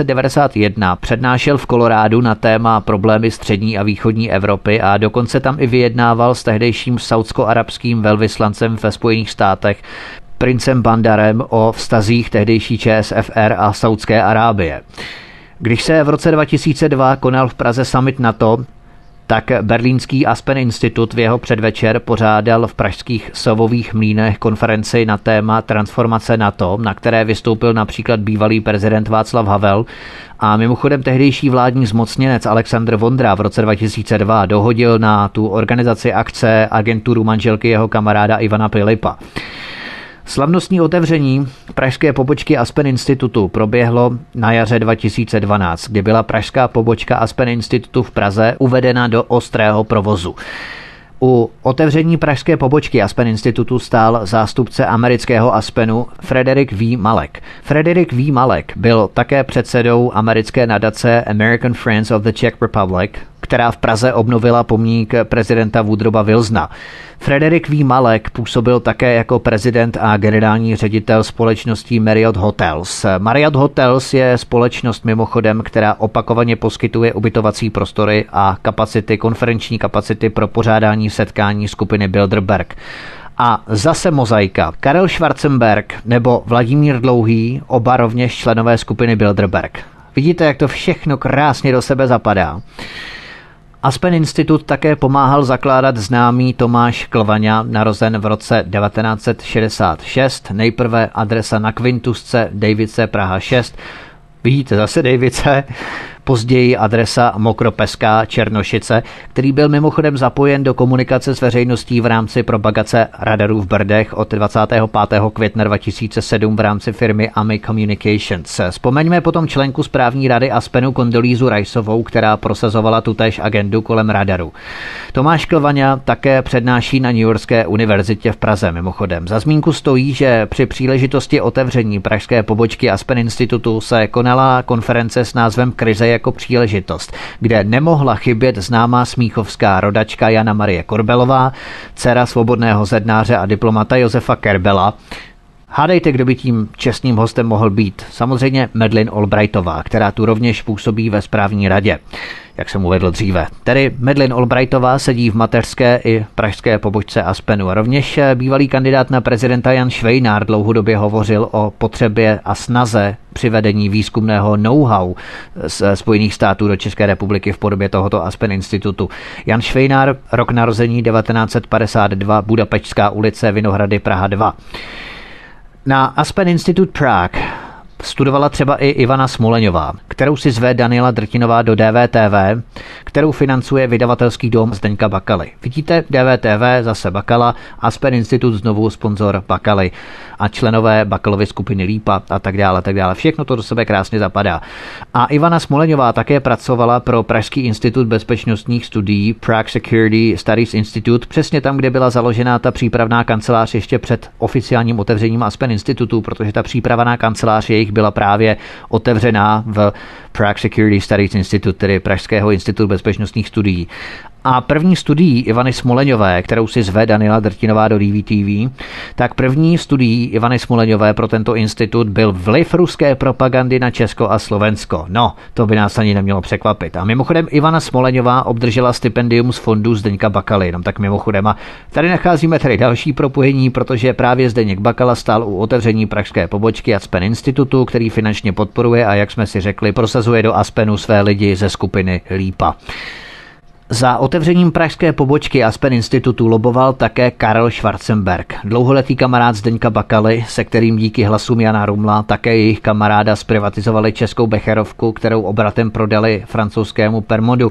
1991 přednášel v Kolorádu na téma problémy střední a východní Evropy a dokonce tam i vyjednával s tehdejším saudsko-arabským velvyslancem ve Spojených státech princem Bandarem o vztazích tehdejší ČSFR a Saudské Arábie. Když se v roce 2002 konal v Praze summit NATO, tak berlínský Aspen Institut v jeho předvečer pořádal v pražských Sovových mlýnech konferenci na téma transformace NATO, na které vystoupil například bývalý prezident Václav Havel a mimochodem tehdejší vládní zmocněnec Alexandr Vondra v roce 2002 dohodil na tu organizaci akce agenturu manželky jeho kamaráda Ivana Pilipa. Slavnostní otevření pražské pobočky Aspen Institutu proběhlo na jaře 2012, kdy byla pražská pobočka Aspen Institutu v Praze uvedena do ostrého provozu. U otevření pražské pobočky Aspen Institutu stál zástupce amerického Aspenu Frederick V. Malek. Frederick V. Malek byl také předsedou americké nadace American Friends of the Czech Republic, která v Praze obnovila pomník prezidenta Woodrowa Wilsona. Frederick V. Malek působil také jako prezident a generální ředitel společnosti Marriott Hotels. Marriott Hotels je společnost mimochodem, která opakovaně poskytuje ubytovací prostory a konferenční kapacity pro pořádání setkání skupiny Bilderberg. A zase mozaika. Karel Schwarzenberg nebo Vladimír Dlouhý, oba rovněž členové skupiny Bilderberg. Vidíte, jak to všechno krásně do sebe zapadá. Aspen Institut také pomáhal zakládat známý Tomáš Klvaňa, narozen v roce 1966, nejprve adresa na Kvintusce, Dejvice, Praha 6. Vidíte zase Dejvice, později adresa Mokropeská, Černošice, který byl mimochodem zapojen do komunikace s veřejností v rámci propagace radarů v Brdech od 25. května 2007 v rámci firmy AMI Communications. Vzpomeňme potom členku správní rady Aspenu Kondolízu Rajsovou, která prosazovala tutéž agendu kolem radaru. Tomáš Klvaňa také přednáší na New Yorkské univerzitě v Praze mimochodem. Za zmínku stojí, že při příležitosti otevření pražské pobočky Aspen Institutu se konala konference s názvem Krize jako příležitost, kde nemohla chybět známá smíchovská rodačka Jana Marie Korbelová, dcera svobodného zednáře a diplomata Josefa Kerbela, Hádejte, kdo by tím čestným hostem mohl být. Samozřejmě Madeleine Albrightová, která tu rovněž působí ve správní radě, jak jsem uvedl dříve. Tedy Madeleine Albrightová sedí v mateřské i pražské pobočce Aspenu. A rovněž bývalý kandidát na prezidenta Jan Švejnár dlouhodobě hovořil o potřebě a snaze přivedení výzkumného know-how z Spojených států do České republiky v podobě tohoto Aspen institutu. Jan Švejnár, rok narození 1952, Budapešťská ulice, Vinohrady, Praha 2. Na Aspen Institute Prague studovala třeba i Ivana Smoleňová, kterou si zve Daniela Drtinová do DVTV, kterou financuje vydavatelský dům Zdeňka Bakaly. Vidíte, DVTV, zase Bakala, Aspen Institute znovu sponzor Bakaly a členové Bakalovy skupiny Lípa a tak dále, tak dále. Všechno to do sebe krásně zapadá. A Ivana Smoleňová také pracovala pro Pražský institut bezpečnostních studií, Prague Security Studies Institute, přesně tam, kde byla založena ta přípravná kancelář ještě před oficiálním otevřením Aspen Institutu, protože ta přípravná kancelář jejich byla právě otevřená v Prague Security Studies Institute, tedy Pražského institutu bezpečnostních studií. A první studií Ivany Smoleňové, kterou si zve Daniela Drtinová do DVTV, tak první studií Ivany Smoleňové pro tento institut byl vliv ruské propagandy na Česko a Slovensko. No, to by nás ani nemělo překvapit. A mimochodem Ivana Smoleňová obdržela stipendium z fondu Zdeňka Bakaly, jenom tak mimochodem. A tady nacházíme tady další propojení, protože právě Zdeněk Bakala stál u otevření pražské pobočky Aspen Institutu, který finančně podporuje a jak jsme si řekli, prosazuje do Aspenu své lidi ze skupiny Lípa. Za otevřením pražské pobočky Aspen Institutu loboval také Karel Schwarzenberg, dlouholetý kamarád Zdeňka Bakaly, se kterým díky hlasům Jana Rumla také jejich kamaráda zprivatizovali českou becherovku, kterou obratem prodali francouzskému Permodu.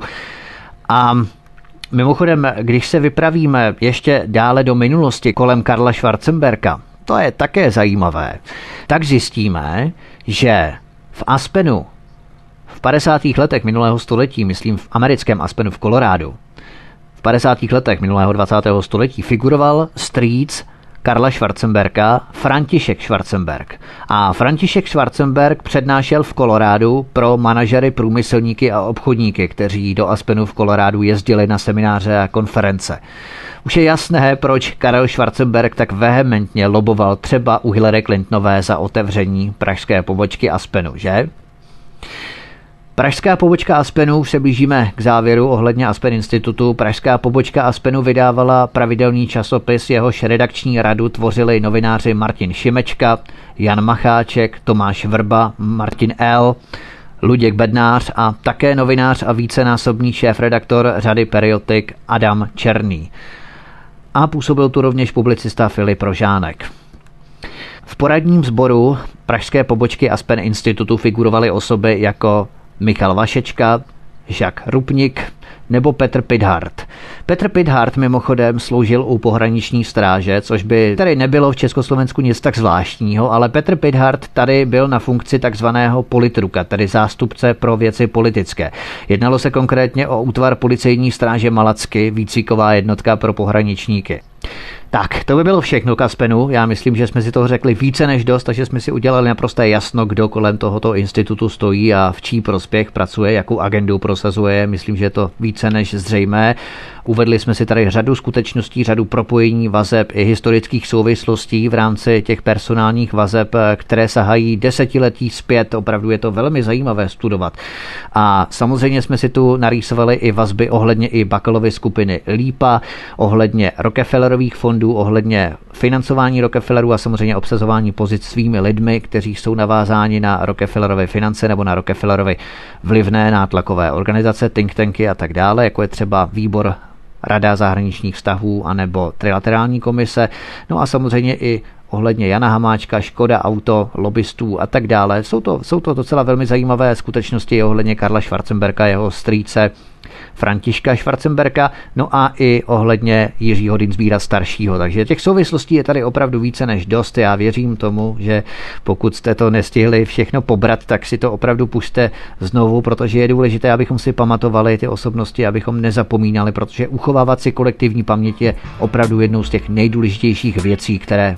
A mimochodem, když se vypravíme ještě dále do minulosti kolem Karla Schwarzenberga, to je také zajímavé, tak zjistíme, že v Aspenu v 50. letech minulého století, myslím v americkém Aspenu v Kolorádu, v 50. letech minulého 20. století figuroval strýc Karla Schwarzenberga, František Schwarzenberg. A František Schwarzenberg přednášel v Kolorádu pro manažery, průmyslníky a obchodníky, kteří do Aspenu v Kolorádu jezdili na semináře a konference. Už je jasné, proč Karel Schwarzenberg tak vehementně loboval třeba u Hillary Clintonové za otevření pražské pobočky Aspenu, že? Pražská pobočka Aspenu, už se blížíme k závěru ohledně Aspen Institutu. Pražská pobočka Aspenu vydávala pravidelný časopis, jehož redakční radu tvořili novináři Martin Šimečka, Jan Macháček, Tomáš Vrba, Martin L., Luděk Bednář a také novinář a vícenásobný šéfredaktor řady periodik Adam Černý. A působil tu rovněž publicista Filip Rožánek. V poradním sboru pražské pobočky Aspen Institutu figurovaly osoby jako Michal Vašečka, Jacques Rupnik nebo Petr Pithart. Petr Pithart mimochodem sloužil u pohraniční stráže, což by tady nebylo v Československu nic tak zvláštního, ale Petr Pithart tady byl na funkci takzvaného politruka, tedy zástupce pro věci politické. Jednalo se konkrétně o útvar policejní stráže Malacky, výcviková jednotka pro pohraničníky. Tak, to by bylo všechno k Aspenu. Já myslím, že jsme si toho řekli více než dost, takže jsme si udělali naprosto jasno, kdo kolem tohoto institutu stojí a v čí prospěch pracuje, jakou agendu prosazuje. Myslím, že je to více než zřejmé. Uvedli jsme si tady řadu skutečností, řadu propojení vazeb i historických souvislostí v rámci těch personálních vazeb, které sahají desetiletí zpět. Opravdu je to velmi zajímavé studovat. A samozřejmě jsme si tu narýsovali i vazby ohledně i Bakalovy skupiny Lípa, ohledně Rockefellerových fondů, ohledně financování Rockefellerů a samozřejmě obsazování pozic svými lidmi, kteří jsou navázáni na Rockefellerovy finance nebo na Rockefellerovy vlivné nátlakové organizace, think tanky a tak dále, jako je třeba výbor Rada zahraničních vztahů anebo trilaterální komise, no a samozřejmě i ohledně Jana Hamáčka, Škoda Auto, lobbystů a tak dále. Jsou to docela velmi zajímavé skutečnosti ohledně Karla Schwarzenberga, jeho strýce Františka Schwarzenberga, no a i ohledně Jiřího Dinsbíra staršího. Takže těch souvislostí je tady opravdu více než dost. Já věřím tomu, že pokud jste to nestihli všechno pobrat, tak si to opravdu pusťte znovu, protože je důležité, abychom si pamatovali ty osobnosti, abychom nezapomínali, protože uchovávat si kolektivní paměť je opravdu jednou z těch nejdůležitějších věcí, které musíme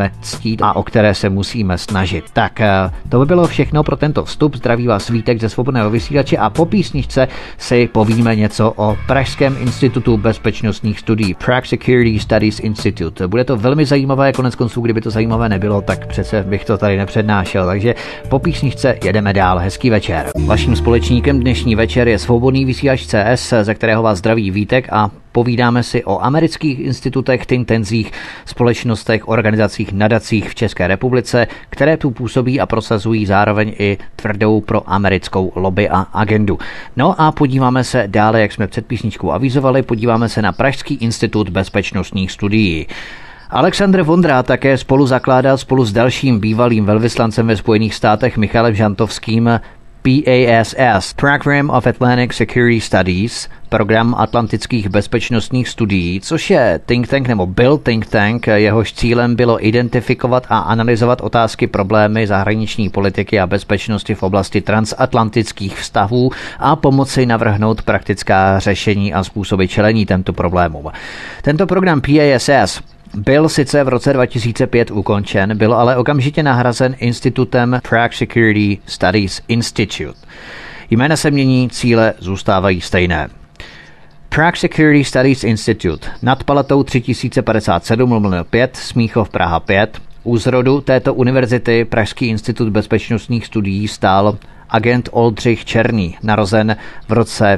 musíme ctít a o které se musíme snažit. Tak to by bylo všechno pro tento vstup. Zdraví vás Vítek ze Svobodného vysílače a po písničce si povíme něco o Pražském institutu bezpečnostních studií, Prague Security Studies Institute. Bude to velmi zajímavé, konec konců, kdyby to zajímavé nebylo, tak přece bych to tady nepřednášel. Takže po písničce jedeme dál. Hezký večer. Vaším společníkem dnešní večer je Svobodný vysílač CS, ze kterého vás zdraví Vítek a povídáme si o amerických institutech, think tancích, společnostech, organizacích, nadacích v České republice, které tu působí a prosazují zároveň i tvrdou pro americkou lobby a agendu. No a podíváme se dále, jak jsme před písničkou avizovali, podíváme se na Pražský institut bezpečnostních studií. Alexandr Vondra také spoluzakládal spolu s dalším bývalým velvyslancem ve Spojených státech Michalem Žantovským PASS, Program of Atlantic Security Studies, program atlantických bezpečnostních studií, což je think tank nebo byl think tank, jehož cílem bylo identifikovat a analyzovat otázky, problémy zahraniční politiky a bezpečnosti v oblasti transatlantických vztahů a pomoci navrhnout praktická řešení a způsoby čelení těmto problémům. Tento program PASS byl sice v roce 2005 ukončen, byl ale okamžitě nahrazen institutem Prague Security Studies Institute. Jména se mění, cíle zůstávají stejné. Prague Security Studies Institute nad Palatou 3057/5, Smíchov, Praha 5. U zrodu této univerzity Pražský institut bezpečnostních studií stál agent Oldřich Černý, narozen v roce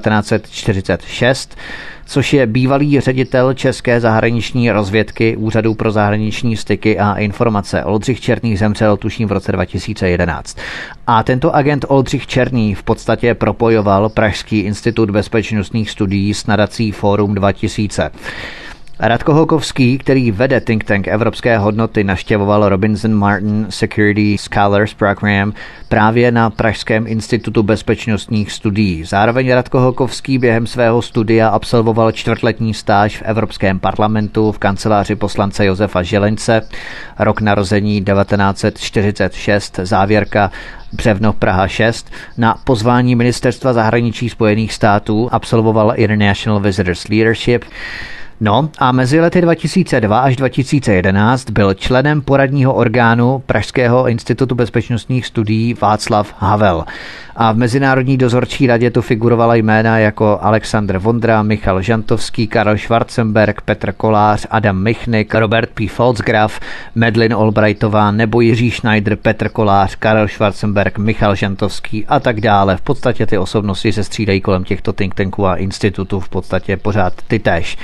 1946, což je bývalý ředitel České zahraniční rozvědky Úřadu pro zahraniční styky a informace. Oldřich Černý zemřel tuším v roce 2011. A tento agent Oldřich Černý v podstatě propojoval Pražský institut bezpečnostních studií s nadací Fórum 2000. Radko Holkovský, který vede think tank Evropské hodnoty, navštěvoval Robinson Martin Security Scholars Program právě na Pražském institutu bezpečnostních studií. Zároveň Radko Holkovský během svého studia absolvoval čtvrtletní stáž v Evropském parlamentu v kanceláři poslance Josefa Želeňce, rok narození 1946, závěrka Břevno, Praha 6. Na pozvání Ministerstva zahraničí Spojených států absolvoval International Visitors Leadership. No a mezi lety 2002 až 2011 byl členem poradního orgánu Pražského institutu bezpečnostních studií Václav Havel. A v Mezinárodní dozorčí radě tu figurovala jména jako Alexandr Vondra, Michal Žantovský, Karel Schwarzenberg, Petr Kolář, Adam Michnik, Robert P. Pfalzgraf, Madeleine Albrightová nebo Jiří Schneider, Petr Kolář, Karel Schwarzenberg, Michal Žantovský a tak dále. V podstatě ty osobnosti se střídají kolem těchto think tanků a institutů v podstatě pořád ty též.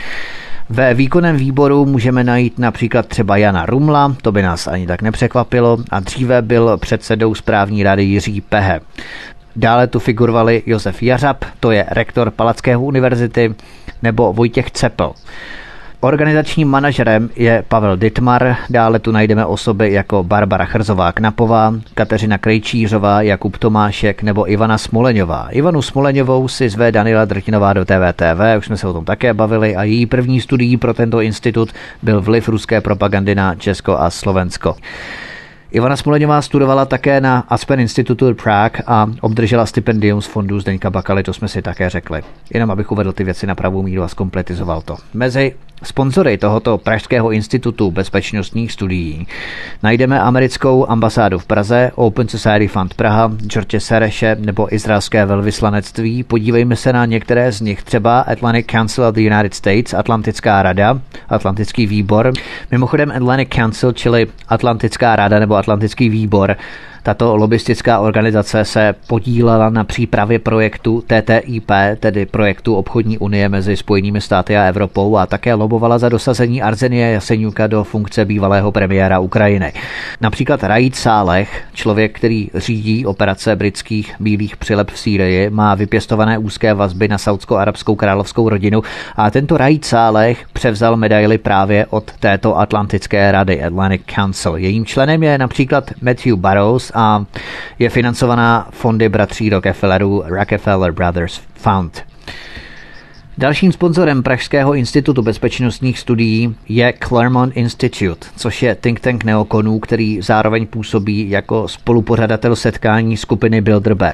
Ve výkonném výboru můžeme najít například třeba Jana Rumla, to by nás ani tak nepřekvapilo, a dříve byl předsedou správní rady Jiří Pehe. Dále tu figurovali Josef Jařab, to je rektor Palackého univerzity, nebo Vojtěch Cepl. Organizačním manažerem je Pavel Dittmar, dále tu najdeme osoby jako Barbara Chrzová-Knapová, Kateřina Krejčířová, Jakub Tomášek nebo Ivana Smoleňová. Ivanu Smoleňovou si zve Daniela Drtinová do TVTV, už jsme se o tom také bavili, a její první studií pro tento institut byl vliv ruské propagandy na Česko a Slovensko. Ivana Smoleňová studovala také na Aspen Institute Prague a obdržela stipendium z fondu Zdeňka Bakaly, to jsme si také řekli. Jenom abych uvedl ty věci na pravou míru a zkompletizoval to. Mezi sponzory tohoto Pražského institutu bezpečnostních studií najdeme americkou ambasádu v Praze, Open Society Fund Praha, George Sereše nebo izraelské velvyslanectví. Podívejme se na některé z nich, třeba Atlantic Council of the United States, Atlantická rada, Atlantický výbor. Mimochodem Atlantic Council, čili Atlantická rada nebo Atlantický výbor, tato lobistická organizace se podílela na přípravě projektu TTIP, tedy projektu obchodní unie mezi Spojenými státy a Evropou, a také lobovala za dosazení Arsenia Jaseňuka do funkce bývalého premiéra Ukrajiny. Například Raid Sáleh, člověk, který řídí operace britských bílých přileb v Sýrii, má vypěstované úzké vazby na saudsko-arabskou královskou rodinu a tento Raid Sáleh převzal medaili právě od této Atlantické rady, Atlantic Council. Jejím členem je například Matthew Barrows a je financovaná fondy bratří Rockefellerů Rockefeller Brothers Fund. Dalším sponzorem Pražského institutu bezpečnostních studií je Claremont Institute, což je think tank neokonů, který zároveň působí jako spolupořadatel setkání skupiny Bilderberg.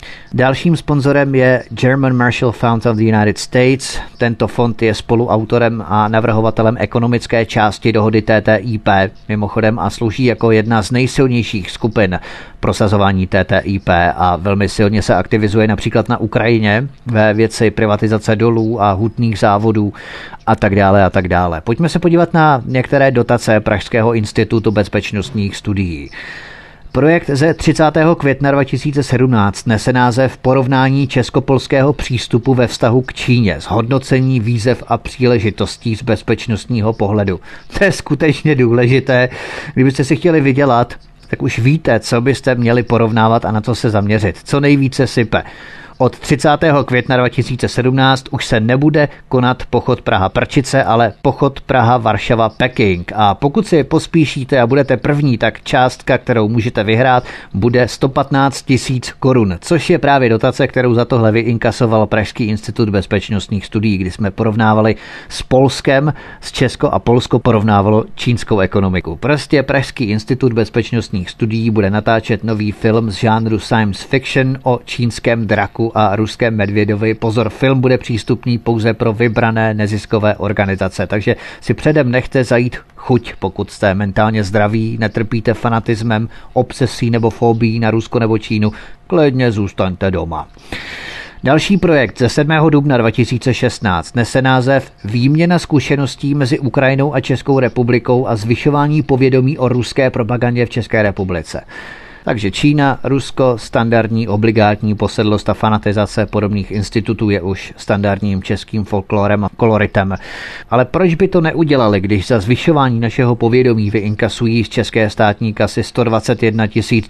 Dalším sponzorem je German Marshall Fund of the United States. Tento fond je spoluautorem a navrhovatelem ekonomické části dohody TTIP, mimochodem a slouží jako jedna z nejsilnějších skupin prosazování TTIP a velmi silně se aktivizuje například na Ukrajině ve věci privatizace dolů a hutných závodů a tak dále a tak dále. Pojďme se podívat na některé dotace Pražského institutu bezpečnostních studií. Projekt ze 30. května 2017 nese název Porovnání česko-polského přístupu ve vztahu k Číně, zhodnocení výzev a příležitostí z bezpečnostního pohledu. To je skutečně důležité. Kdybyste si chtěli vydělat, tak už víte, co byste měli porovnávat a na co se zaměřit. Co nejvíce sype. Od 30. května 2017 už se nebude konat pochod Praha-Prčice, ale pochod Praha-Varšava-Peking. A pokud si pospíšíte a budete první, tak částka, kterou můžete vyhrát, bude 115 000 korun, což je právě dotace, kterou za tohle vyinkasoval Pražský institut bezpečnostních studií, kdy jsme porovnávali s Polskem, s Česko a Polsko porovnávalo čínskou ekonomiku. Prostě Pražský institut bezpečnostních studií bude natáčet nový film z žánru science fiction o čínském draku a ruském medvědovi. Pozor, film bude přístupný pouze pro vybrané neziskové organizace, takže si předem nechte zajít chuť, pokud jste mentálně zdraví, netrpíte fanatismem, obsesí nebo fobií na Rusko nebo Čínu, klidně zůstaňte doma. Další projekt ze 7. dubna 2016 nese název Výměna zkušeností mezi Ukrajinou a Českou republikou a zvyšování povědomí o ruské propagandě v České republice. Takže Čína, Rusko, standardní obligátní posedlost a fanatizace podobných institutů je už standardním českým folklorem a koloritem. Ale proč by to neudělali, když za zvyšování našeho povědomí vyinkasují z české státní kasy 121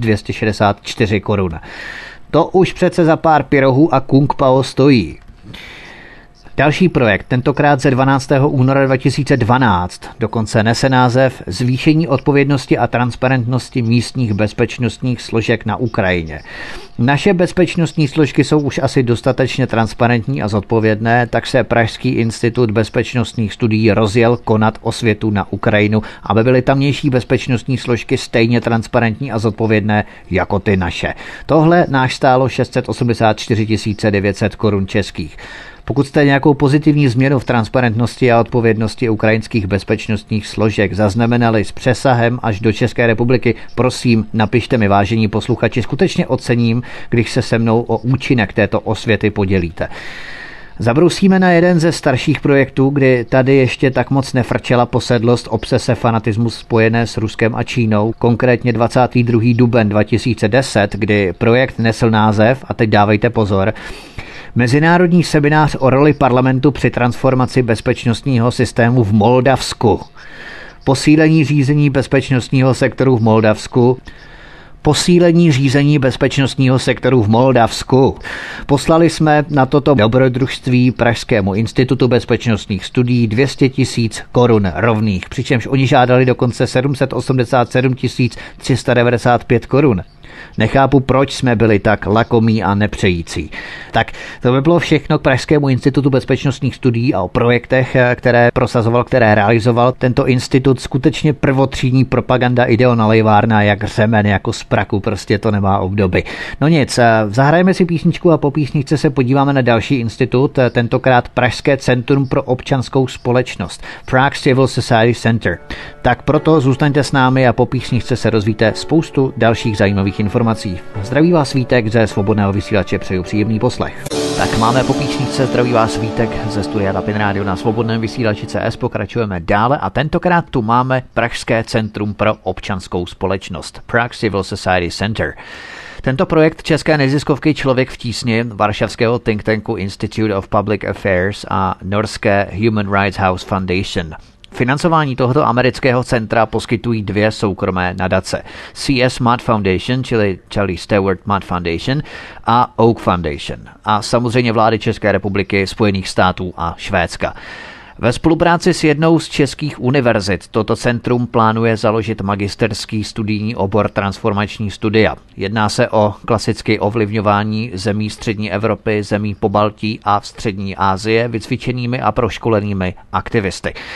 264 korun? To už přece za pár pyrohů a kung pao stojí. Další projekt, tentokrát ze 12. února 2012, dokonce nese název Zvýšení odpovědnosti a transparentnosti místních bezpečnostních složek na Ukrajině. Naše bezpečnostní složky jsou už asi dostatečně transparentní a zodpovědné, tak se Pražský institut bezpečnostních studií rozjel konat osvětu na Ukrajinu, aby byly tamnější bezpečnostní složky stejně transparentní a zodpovědné jako ty naše. Tohle náš stálo 684 900 korun českých. Pokud jste nějakou pozitivní změnu v transparentnosti a odpovědnosti ukrajinských bezpečnostních složek zaznamenali s přesahem až do České republiky, prosím, napište mi, vážení posluchači, skutečně ocením, když se se mnou o účinek této osvěty podělíte. Zabrousíme na jeden ze starších projektů, kdy tady ještě tak moc nefrčela posedlost, obsese, fanatismus spojené s Ruskem a Čínou, konkrétně 22. duben 2010, kdy projekt nesl název, a teď dávejte pozor, Mezinárodní seminář o roli parlamentu při transformaci bezpečnostního systému v Moldavsku. Posílení řízení bezpečnostního sektoru v Moldavsku. Poslali jsme na toto dobrodružství Pražskému institutu bezpečnostních studií 200 000 korun rovných, přičemž oni žádali dokonce 787 395 korun. Nechápu, proč jsme byli tak lakomí a nepřející. Tak to by bylo všechno k Pražskému institutu bezpečnostních studií a o projektech, které prosazoval, které realizoval tento institut. Skutečně prvotřídní propaganda ideonalejvárna jak řemen, jako z praku, prostě to nemá obdoby. No nic, zahrajeme si písničku a po písničce se podíváme na další institut, tentokrát Pražské centrum pro občanskou společnost, Prague Civil Society Center. Tak proto zůstaňte s námi a po písničce se dozvíte spoustu dalších zajímavých informací. Zdraví vás Vítek ze Svobodného vysílače, přeju příjemný poslech. Tak máme po písničce, zdraví vás Vítek ze studia Tapin Radio na Svobodném vysílači CS, pokračujeme dále a tentokrát tu máme Pražské centrum pro občanskou společnost, Prague Civil Society Center. Tento projekt české neziskovky Člověk v tísni, varšavského think tanku Institute of Public Affairs a norské Human Rights House Foundation. Financování tohoto amerického centra poskytují dvě soukromé nadace. C.S. Mudd Foundation, čili Charlie Stewart Mudd Foundation a Oak Foundation. A samozřejmě vlády České republiky, Spojených států a Švédska. Ve spolupráci s jednou z českých univerzit toto centrum plánuje založit magisterský studijní obor transformační studia. Jedná se o klasicky ovlivňování zemí střední Evropy, zemí Pobaltí a střední Asie vycvičenými a proškolenými aktivisty.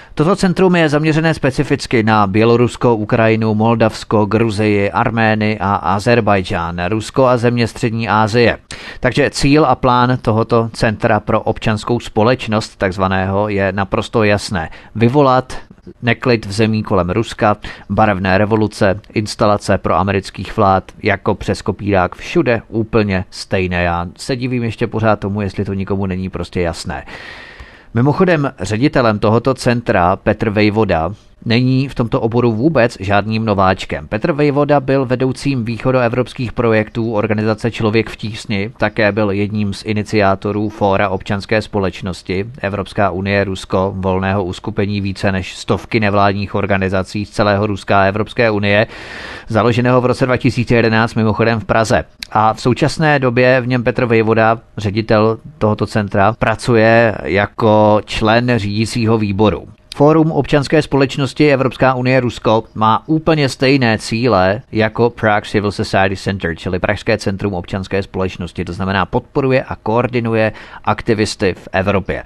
Toto centrum je zaměřené specificky na Bělorusko, Ukrajinu, Moldavsko, Gruzii, Arménii a Azerbajdžán, Rusko a země střední Asie. Takže cíl a plán tohoto centra pro občanskou společnost takzvaného je naprosto jasné. Vyvolat neklid v zemí kolem Ruska, barevné revoluce, instalace pro amerických vlád jako přes kopírák všude úplně stejné. Já se divím ještě pořád tomu, jestli to nikomu není prostě jasné. Mimochodem, ředitelem tohoto centra Petr Vejvoda není v tomto oboru vůbec žádným nováčkem. Petr Vejvoda byl vedoucím východoevropských projektů organizace Člověk v tísni, také byl jedním z iniciátorů Fóra občanské společnosti, Evropská unie, Rusko, volného uskupení více než stovky nevládních organizací z celého Ruska a Evropské unie, založeného v roce 2011 mimochodem v Praze. A v současné době v něm Petr Vejvoda, ředitel tohoto centra, pracuje jako člen řídícího výboru. Fórum občanské společnosti Evropská unie Rusko má úplně stejné cíle jako Prague Civil Society Center, čili Pražské centrum občanské společnosti, to znamená podporuje a koordinuje aktivisty v Evropě.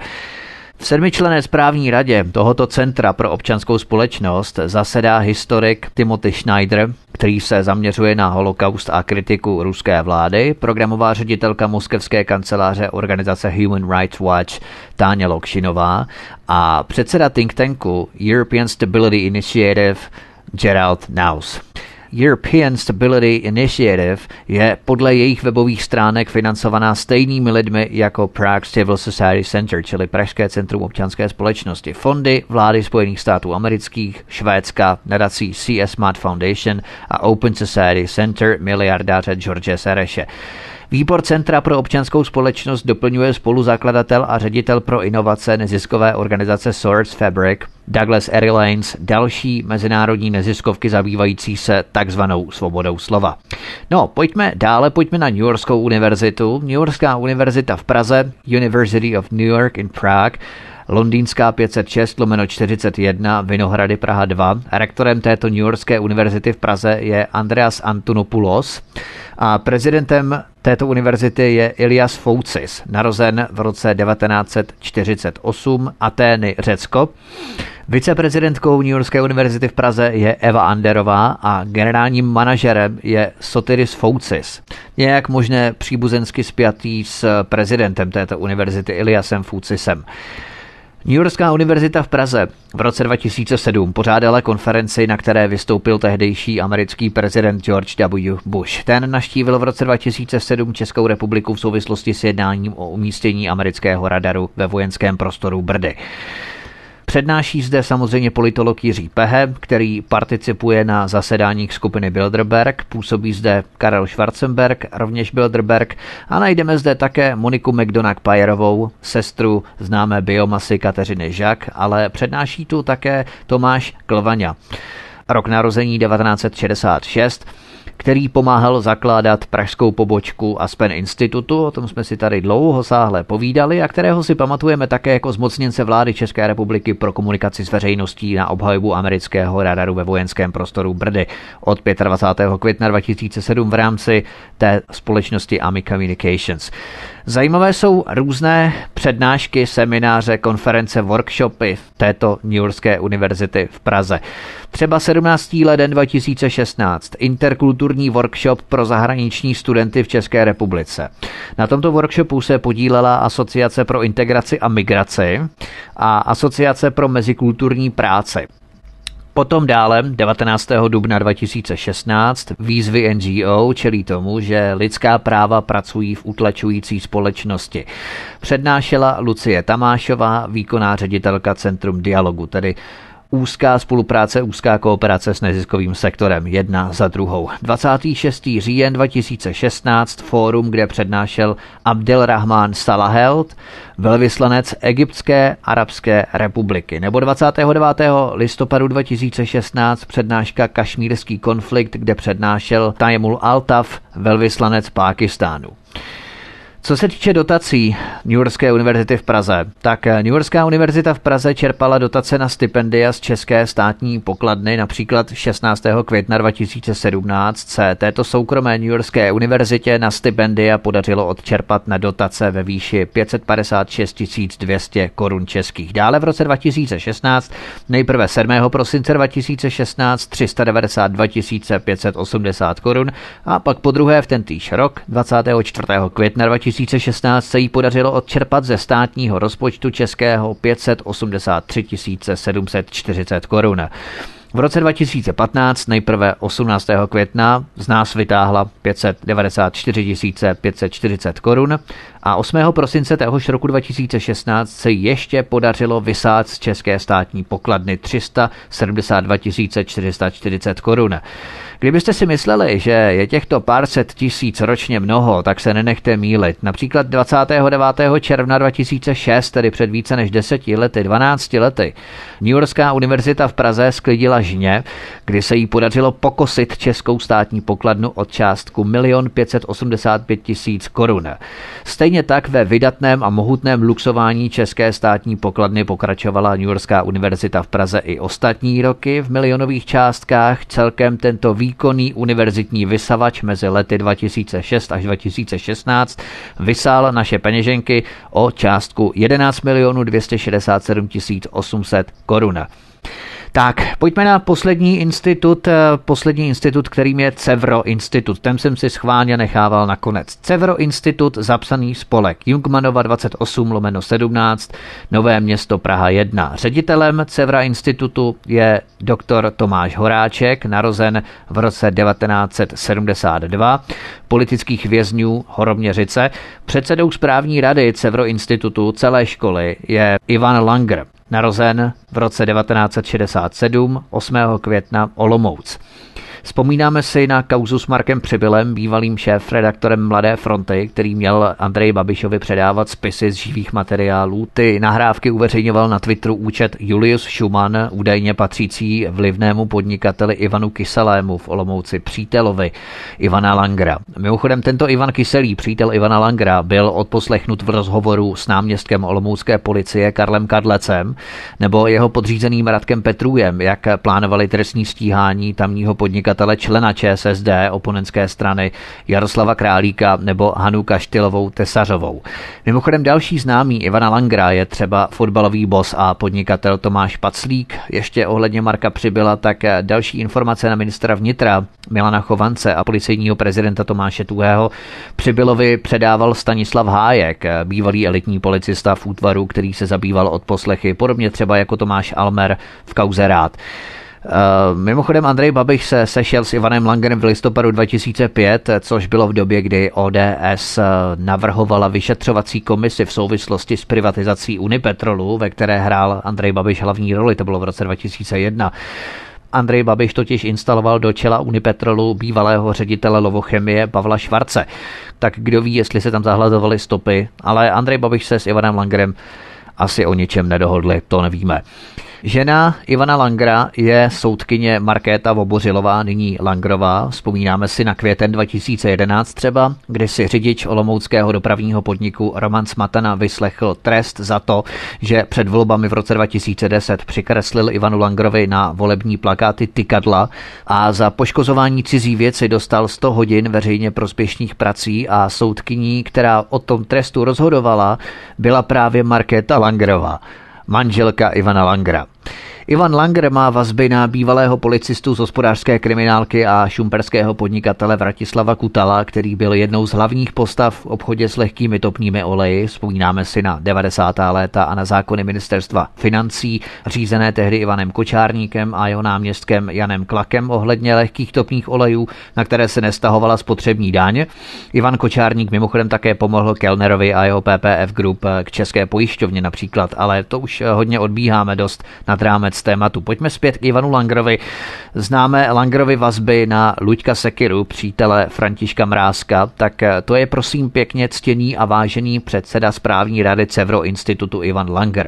V 7členné správní radě tohoto centra pro občanskou společnost zasedá historik Timothy Schneider, který se zaměřuje na holokaust a kritiku ruské vlády, programová ředitelka moskevské kanceláře organizace Human Rights Watch Táňa Lokšinová a předseda think tanku European Stability Initiative Gerald Naus. European Stability Initiative je podle jejich webových stránek financovaná stejnými lidmi jako Prague Civil Society Center, čili Pražské centrum občanské společnosti. Fondy vlády Spojených států amerických, Švédska, nadací CS Smart Foundation a Open Society Center miliardáře George Soreše. Výbor Centra pro občanskou společnost doplňuje spoluzakladatel a ředitel pro inovace neziskové organizace Source Fabric Douglas Airlines, další mezinárodní neziskovky zabývající se takzvanou svobodou slova. No, pojďme dále, pojďme na New Yorkskou univerzitu. New Yorkská univerzita v Praze, University of New York in Prague, Londýnská 506/41, Vinohrady Praha 2. Rektorem této New Yorkské univerzity v Praze je Andreas Antonopoulos a prezidentem této univerzity je Ilias Foutsis, narozen v roce 1948, Atény, Řecko. Viceprezidentkou New Yorkské univerzity v Praze je Eva Anderová a generálním manažerem je Sotiris Foutsis, nějak možné příbuzensky spjatý s prezidentem této univerzity Iliasem Foutsisem. New Yorkská univerzita v Praze v roce 2007 pořádala konferenci, na které vystoupil tehdejší americký prezident George W. Bush. Ten navštívil v roce 2007 Českou republiku v souvislosti s jednáním o umístění amerického radaru ve vojenském prostoru Brdy. Přednáší zde samozřejmě politolog Jiří Pehe, který participuje na zasedáních skupiny Bilderberg, působí zde Karel Schwarzenberg, rovněž Bilderberg, a najdeme zde také Moniku McDonagh-Pajerovou, sestru známé biomasy Kateřiny Žak, ale přednáší tu také Tomáš Klvaňa. Rok narození 1966, který pomáhal zakládat pražskou pobočku Aspen Institutu, o tom jsme si tady dlouhosáhle povídali a kterého si pamatujeme také jako zmocněnce vlády České republiky pro komunikaci s veřejností na obhajobu amerického radaru ve vojenském prostoru Brdy od 25. května 2007 v rámci té společnosti AMI Communications. Zajímavé jsou různé přednášky, semináře, konference, workshopy této New Yorkské univerzity v Praze. Třeba 17. leden 2016 interkulturní workshop pro zahraniční studenty v České republice. Na tomto workshopu se podílela Asociace pro integraci a migraci a Asociace pro mezikulturní práci. Potom dále 19. dubna 2016 výzvy NGO čelí tomu, že lidská práva pracují v utlačující společnosti. Přednášela Lucie Tamášová, výkonná ředitelka Centrum dialogu, tedy úzká spolupráce, úzká kooperace s neziskovým sektorem, jedna za druhou. 26. říjen 2016 fórum, kde přednášel Abdelrahman Salaheld, velvyslanec Egyptské arabské republiky. Nebo 29. listopadu 2016 přednáška Kašmírský konflikt, kde přednášel Taimul Altaf, velvyslanec Pákistánu. Co se týče dotací Newyorské univerzity v Praze, tak Newyorská univerzita v Praze čerpala dotace na stipendia z české státní pokladny. Například 16. května 2017 se této soukromé Newyorské univerzitě na stipendia podařilo odčerpat na dotace ve výši 556 200 korun českých. Dále v roce 2016, nejprve 7. prosince 2016 392 580 korun a pak po druhé v tentýž rok 24. května 2016 se jí podařilo odčerpat ze státního rozpočtu českého 583 740 korun. V roce 2015 nejprve 18. května z nás vytáhla 594 540 korun a 8. prosince téhož roku 2016 se ještě podařilo vysát z české státní pokladny 372 440 korun. Kdybyste si mysleli, že je těchto pár set tisíc ročně mnoho, tak se nenechte mýlit. Například 29. června 2006, tedy před více než 12 lety, Newyorská univerzita v Praze sklidila žně, kdy se jí podařilo pokosit českou státní pokladnu od částku 1 585 000 korun. Stejně tak ve vydatném a mohutném luxování české státní pokladny pokračovala Newyorská univerzita v Praze i ostatní roky v milionových částkách. Celkem tento výkonný univerzitní vysavač mezi lety 2006 až 2016 vysál naše peněženky o částku 11 267 800 korun. Tak, pojďme na poslední institut, kterým je Cevro institut. Ten jsem si schválně nechával nakonec. Cevro institut, zapsaný spolek Jungmannova 28/17, Nové Město Praha 1. Ředitelem Cevra institutu je doktor Tomáš Horáček, narozen v roce 1972, politických vězňů Horoměřice. Předsedou správní rady Cevro institutu celé školy je Ivan Langer, narozen v roce 1967, 8. května, Olomouc. Vzpomínáme si na kauzu s Markem Přibylem, bývalým šéfredaktorem Mladé fronty, který měl Andreji Babišovi předávat spisy z živých materiálů. Ty nahrávky uveřejňoval na Twitteru účet Julius Schumann, údajně patřící vlivnému podnikateli Ivanu Kyselému v Olomouci, přítelovi Ivana Langera. Mimochodem tento Ivan Kyselý, přítel Ivana Langera, byl odposlechnut v rozhovoru s náměstkem olomoucké policie Karlem Kadlecem nebo jeho podřízeným Radkem Petrůjem, jak plánovali trestní stíhání tamního podnikatele, člena ČSSD, oponentské strany Jaroslava Králíka nebo Hanu Kaštylovou Tesařovou. Mimochodem další známý Ivana Langera je třeba fotbalový boss a podnikatel Tomáš Paclík. Ještě ohledně Marka Přibyla, tak další informace na ministra vnitra Milana Chovance a policejního prezidenta Tomáše Tuhého Přibylovi předával Stanislav Hájek, bývalý elitní policista v útvaru, který se zabýval odposlechy, podobně třeba jako Tomáš Almer v kauze Rád. Mimochodem Andrej Babiš se sešel s Ivanem Langerem v listopadu 2005, což bylo v době, kdy ODS navrhovala vyšetřovací komisi v souvislosti s privatizací Unipetrolu, ve které hrál Andrej Babiš hlavní roli, to bylo v roce 2001. Andrej Babiš totiž instaloval do čela Unipetrolu bývalého ředitele Lovochemie Pavla Švarce. Tak kdo ví, jestli se tam zahlazovaly stopy, ale Andrej Babiš se s Ivanem Langerem asi o ničem nedohodli, to nevíme. Žena Ivana Langera je soudkyně Markéta Vobořilová, nyní Langerová. Vzpomínáme si na květen 2011 třeba, kdy si řidič olomouckého dopravního podniku Roman Smatana vyslechl trest za to, že před volbami v roce 2010 přikreslil Ivanu Langerovi na volební plakáty tykadla a za poškozování cizí věci dostal 100 hodin veřejně prospěšných prací a soudkyní, která o tom trestu rozhodovala, byla právě Markéta Langerová, manželka Ivana Langera. Ivan Langer má vazby na bývalého policistu z hospodářské kriminálky a šumperského podnikatele Vratislava Kutala, který byl jednou z hlavních postav v obchodě s lehkými topnými oleji. Vzpomínáme si na 90. léta a na zákony ministerstva financí, řízené tehdy Ivanem Kočárníkem a jeho náměstkem Janem Klakem ohledně lehkých topných olejů, na které se nestahovala spotřební daň. Ivan Kočárník mimochodem také pomohl Kellnerovi a jeho PPF Group k České pojišťovně například, ale to už hodně odbíháme dost nad rámec tématu. Pojďme zpět k Ivanu Langerovi. Známe Langerovi vazby na Luďka Sekyru, přítele Františka Mrázka, tak to je prosím pěkně ctěný a vážený předseda správní rady Cevro institutu Ivan Langer.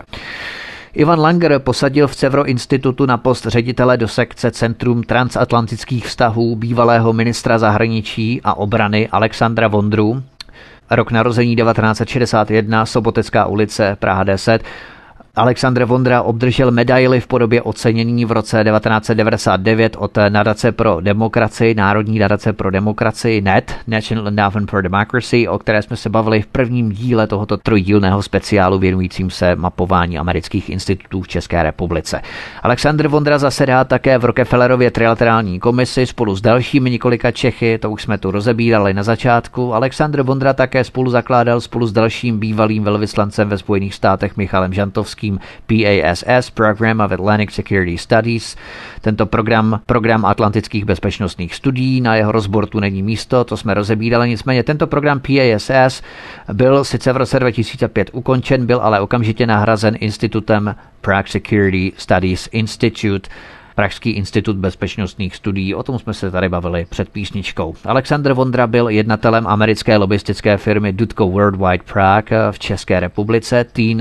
Ivan Langer posadil v Cevro institutu na post ředitele do sekce Centrum transatlantických vztahů bývalého ministra zahraničí a obrany Alexandra Vondru. rok narození 1961, Sobotecká ulice, Praha 10. Alexandr Vondra obdržel medaili v podobě ocenění v roce 1999 od nadace pro demokracii, Národní nadace pro demokracii NED, National Endowment for Democracy, o které jsme se bavili v prvním díle tohoto trojdílného speciálu věnujícím se mapování amerických institutů v České republice. Alexandr Vondra zasedá také v Rockefellerově trilaterální komisi spolu s dalšími několika Čechy, to už jsme tu rozebírali na začátku. Alexandr Vondra také spolu s dalším bývalým velvyslancem ve Spojených státech Michalem Žantovským PASS, Program of Atlantic Security Studies. Tento program atlantických bezpečnostních studií, na jeho rozbor tu není místo, to jsme rozebírali, nicméně tento program PASS byl sice v roce 2005 ukončen, byl ale okamžitě nahrazen institutem Prague Security Studies Institute, Pražský institut bezpečnostních studií, o tom jsme se tady bavili před písničkou. Alexandr Vondra byl jednatelem americké lobistické firmy Dutco Worldwide Prague v České republice, TEAN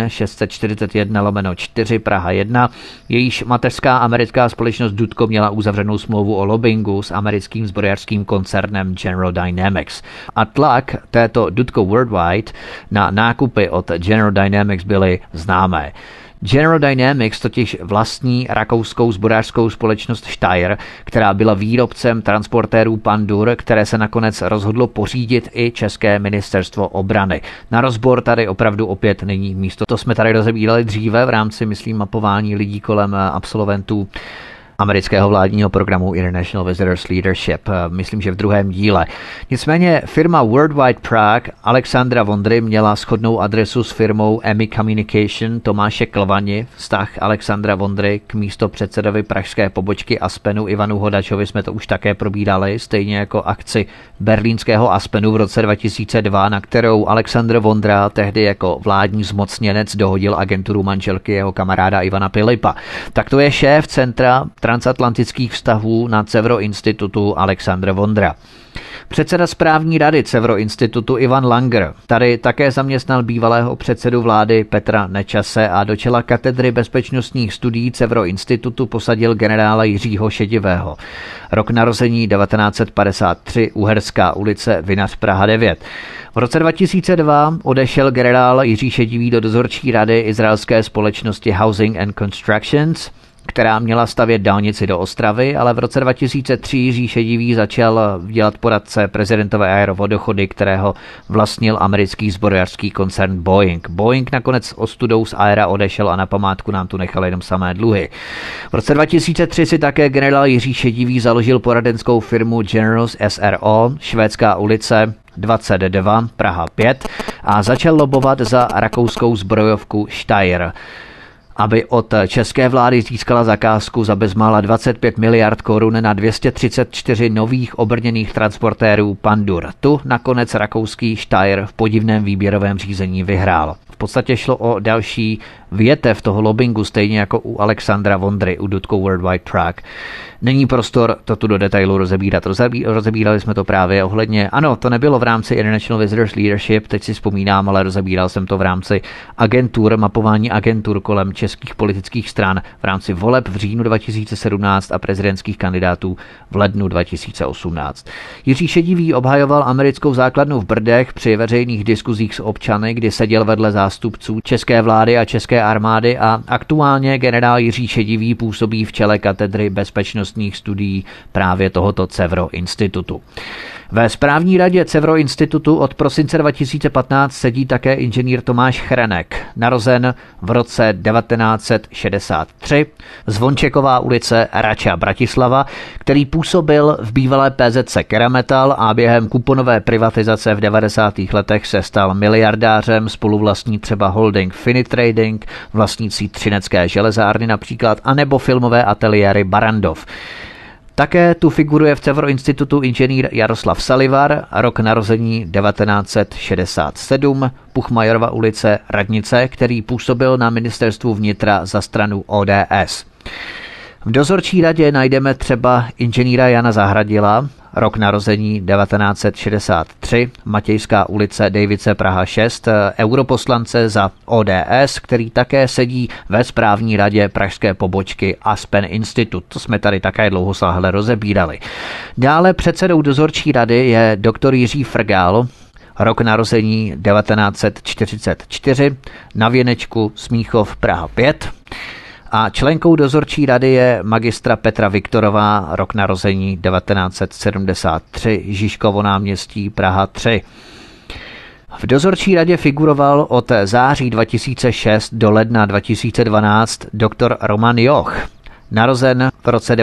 641/4 Praha 1. Jejíž mateřská americká společnost Dutco měla uzavřenou smlouvu o lobbingu s americkým zbrojařským koncernem General Dynamics. A tlak této Dutco Worldwide na nákupy od General Dynamics byly známé. General Dynamics totiž vlastní rakouskou zbrojařskou společnost Steyr, která byla výrobcem transportérů Pandur, které se nakonec rozhodlo pořídit i České ministerstvo obrany. Na rozbor tady opravdu opět není místo. To jsme tady rozebírali dříve v rámci, myslím, mapování lidí kolem absolventů amerického vládního programu International Visitors Leadership, myslím, že v druhém díle. Nicméně firma Worldwide Prague Alexandra Vondry měla shodnou adresu s firmou EMI Communication Tomáše Klvani. Vztah Alexandra Vondry k místopředsedovi pražské pobočky Aspenu Ivanu Hodačovi jsme to už také probírali, stejně jako akci berlínského Aspenu v roce 2002, na kterou Alexandr Vondra tehdy jako vládní zmocněnec dohodil agenturu manželky jeho kamaráda Ivana Pilipa. Tak to je šéf Centra transatlantických vztahů na Cevro institutu Alexandr Vondra. Předseda správní rady Cevro institutu Ivan Langer tady také zaměstnal bývalého předsedu vlády Petra Nečase a do čela katedry bezpečnostních studií Cevro institutu posadil generála Jiřího Šedivého. Rok narození 1953, Uherská ulice, Vinař, Praha 9. V roce 2002 odešel generál Jiří Šedivý do dozorčí rady izraelské společnosti Housing and Constructions, která měla stavět dálnici do Ostravy, ale v roce 2003 Jiří Šedivý začal dělat poradce prezidentové aerovodochody, kterého vlastnil americký zbrojařský koncern Boeing. Boeing nakonec ostudou z aera odešel a na památku nám tu nechal jenom samé dluhy. V roce 2003 si také generál Jiří Šedivý založil poradenskou firmu Generals SRO, Švédská ulice 22, Praha 5 a začal lobovat za rakouskou zbrojovku Steyr, aby od české vlády získala zakázku za bezmála 25 miliard korun na 234 nových obrněných transportérů Pandur. Tu nakonec rakouský Steyr v podivném výběrovém řízení vyhrál. V podstatě šlo o další větev toho lobbingu, stejně jako u Alexandra Vondry, u Dutco Worldwide Prague. Není prostor to tu do detailu rozebírat. Rozebírali jsme to právě ohledně, ano, to nebylo v rámci International Visitors Leadership, teď si vzpomínám, ale rozebíral jsem to v rámci agentur, mapování agentur kolem českých politických stran v rámci voleb v říjnu 2017 a prezidentských kandidátů v lednu 2018. Jiří Šedivý obhajoval americkou základnu v Brdech při veřejných diskuzích s občany, kdy seděl vedle zástupců české vlády a české armády a aktuálně generál Jiří Šedivý působí v čele katedry bezpečnostních studií právě tohoto Cevro institutu. Ve správní radě Cevro institutu od prosince 2015 sedí také inženýr Tomáš Chrenek, narozen v roce 1963, Zvončeková ulice, Rača, Bratislava, který působil v bývalé PZC Kerametal a během kuponové privatizace v 90. letech se stal miliardářem, spoluvlastní třeba holding Finitrading, vlastnící Třinecké železárny například, anebo filmové ateliéry Barrandov. Také tu figuruje v Cevro institutu inženýr Jaroslav Salivar, rok narození 1967, Puchmajorova ulice, Radnice, který působil na ministerstvu vnitra za stranu ODS. V dozorčí radě najdeme třeba inženýra Jana Zahradila, rok narození 1963, Matějská ulice, Dejvice, Praha 6, europoslance za ODS, který také sedí ve správní radě pražské pobočky Aspen Institute. To jsme tady také dlouhosáhle rozebírali. Dále předsedou dozorčí rady je doktor Jiří Frgal, rok narození 1944, na věnečku Smíchov, Praha 5. A členkou dozorčí rady je magistra Petra Viktorová, rok narození 1973, Žižkovo náměstí, Praha 3. V dozorčí radě figuroval od září 2006 do ledna 2012 doktor Roman Joch, narozen v roce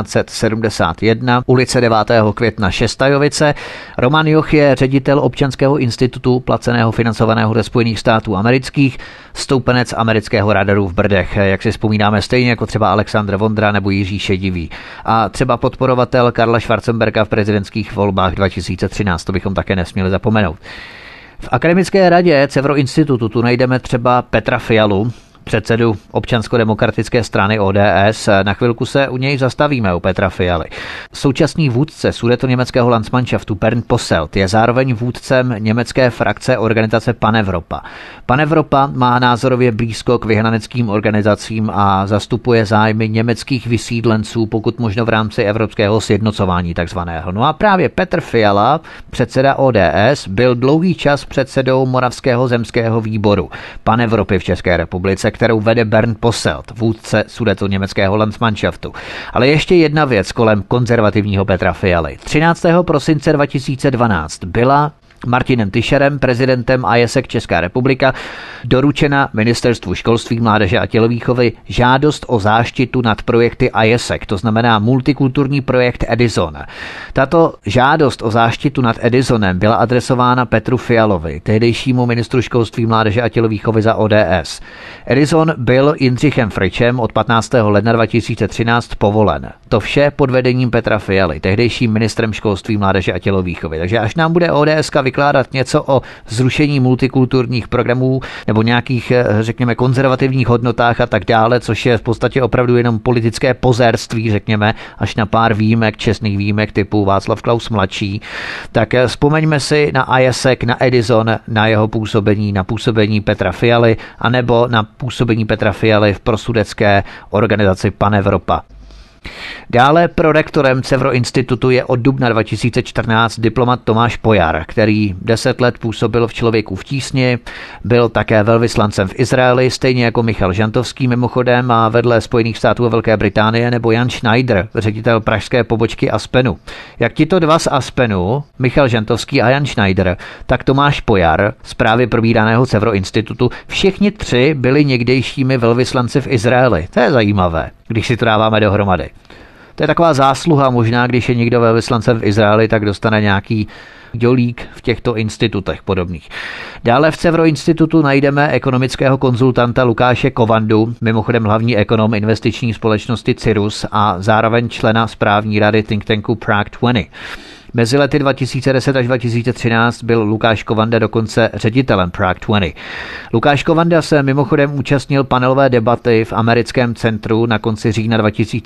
1971, ulice 9. května Šestajovice. Roman Joch je ředitel Občanského institutu placeného financovaného ze Spojených států amerických, stoupenec amerického radaru v Brdech, jak si vzpomínáme, stejně jako třeba Alexandr Vondra nebo Jiří Šedivý. A třeba podporovatel Karla Schwarzenberga v prezidentských volbách 2013, to bychom také nesměli zapomenout. V akademické radě Cevro institutu tu najdeme třeba Petra Fialu, předsedu Občansko-demokratické strany ODS. Na chvilku se u něj zastavíme, u Petra Fialy. Současný vůdce sudetoněmeckého Landsmannschaftu Bernd Posselt je zároveň vůdcem německé frakce organizace Panevropa. Panevropa má názorově blízko k vyhnaneckým organizacím a zastupuje zájmy německých vysídlenců, pokud možno v rámci evropského sjednocování takzvaného. No a právě Petr Fiala, předseda ODS, byl dlouhý čas předsedou Moravského zemského výboru Panevropy v České republice, kterou vede Bernd Posselt, vůdce sudetoněmeckého Landsmannschaftu. Ale ještě jedna věc kolem konzervativního Petra Fialy. 13. prosince 2012 byla Martinem Tischerem, prezidentem AIESEC Česká republika, doručena Ministerstvu školství, mládeže a tělovýchovy žádost o záštitu nad projekty AIESEC, to znamená multikulturní projekt Edison. Tato žádost o záštitu nad Edisonem byla adresována Petru Fialovi, tehdejšímu ministru školství, mládeže a tělovýchovy za ODS. Edison byl Jindřichem Fričem od 15. ledna 2013 povolen. To vše pod vedením Petra Fialy, tehdejším ministrem školství, mládeže a tělovýchovy. Takže až nám bude ODS vykládat něco o zrušení multikulturních programů nebo nějakých, řekněme, konzervativních hodnotách a tak dále, což je v podstatě opravdu jenom politické pozérství, řekněme, až na pár výjimek, čestných výjimek typu Václav Klaus mladší, tak vzpomeňme si na AIESEC, na Edison, na jeho působení, na působení Petra Fialy, anebo na působení Petra Fialy v prosudecké organizaci Panevropa. Dále prorektorem Cevro institutu je od dubna 2014 diplomat Tomáš Pojar, který 10 let působil v Člověku v tísni, byl také velvyslancem v Izraeli, stejně jako Michal Žantovský mimochodem a vedle Spojených států a Velké Británie, nebo Jan Schneider, ředitel pražské pobočky Aspenu. Jak tito dva z Aspenu, Michal Žantovský a Jan Schneider, tak Tomáš Pojar z právě probíraného Cevro institutu, všichni tři byli někdejšími velvyslanci v Izraeli. To je zajímavé, když si to dáváme dohromady. To je taková zásluha, možná když je někdo velvyslancem v Izraeli, tak dostane nějaký dělík v těchto institutech podobných. Dále v Cevro institutu najdeme ekonomického konzultanta Lukáše Kovandu, mimochodem hlavní ekonom investiční společnosti Cirrus a zároveň člena správní rady think tanku Prague 20. Mezi lety 2010 až 2013 byl Lukáš Kovanda dokonce ředitelem Prague 20. Lukáš Kovanda se mimochodem účastnil panelové debaty v americkém centru na konci října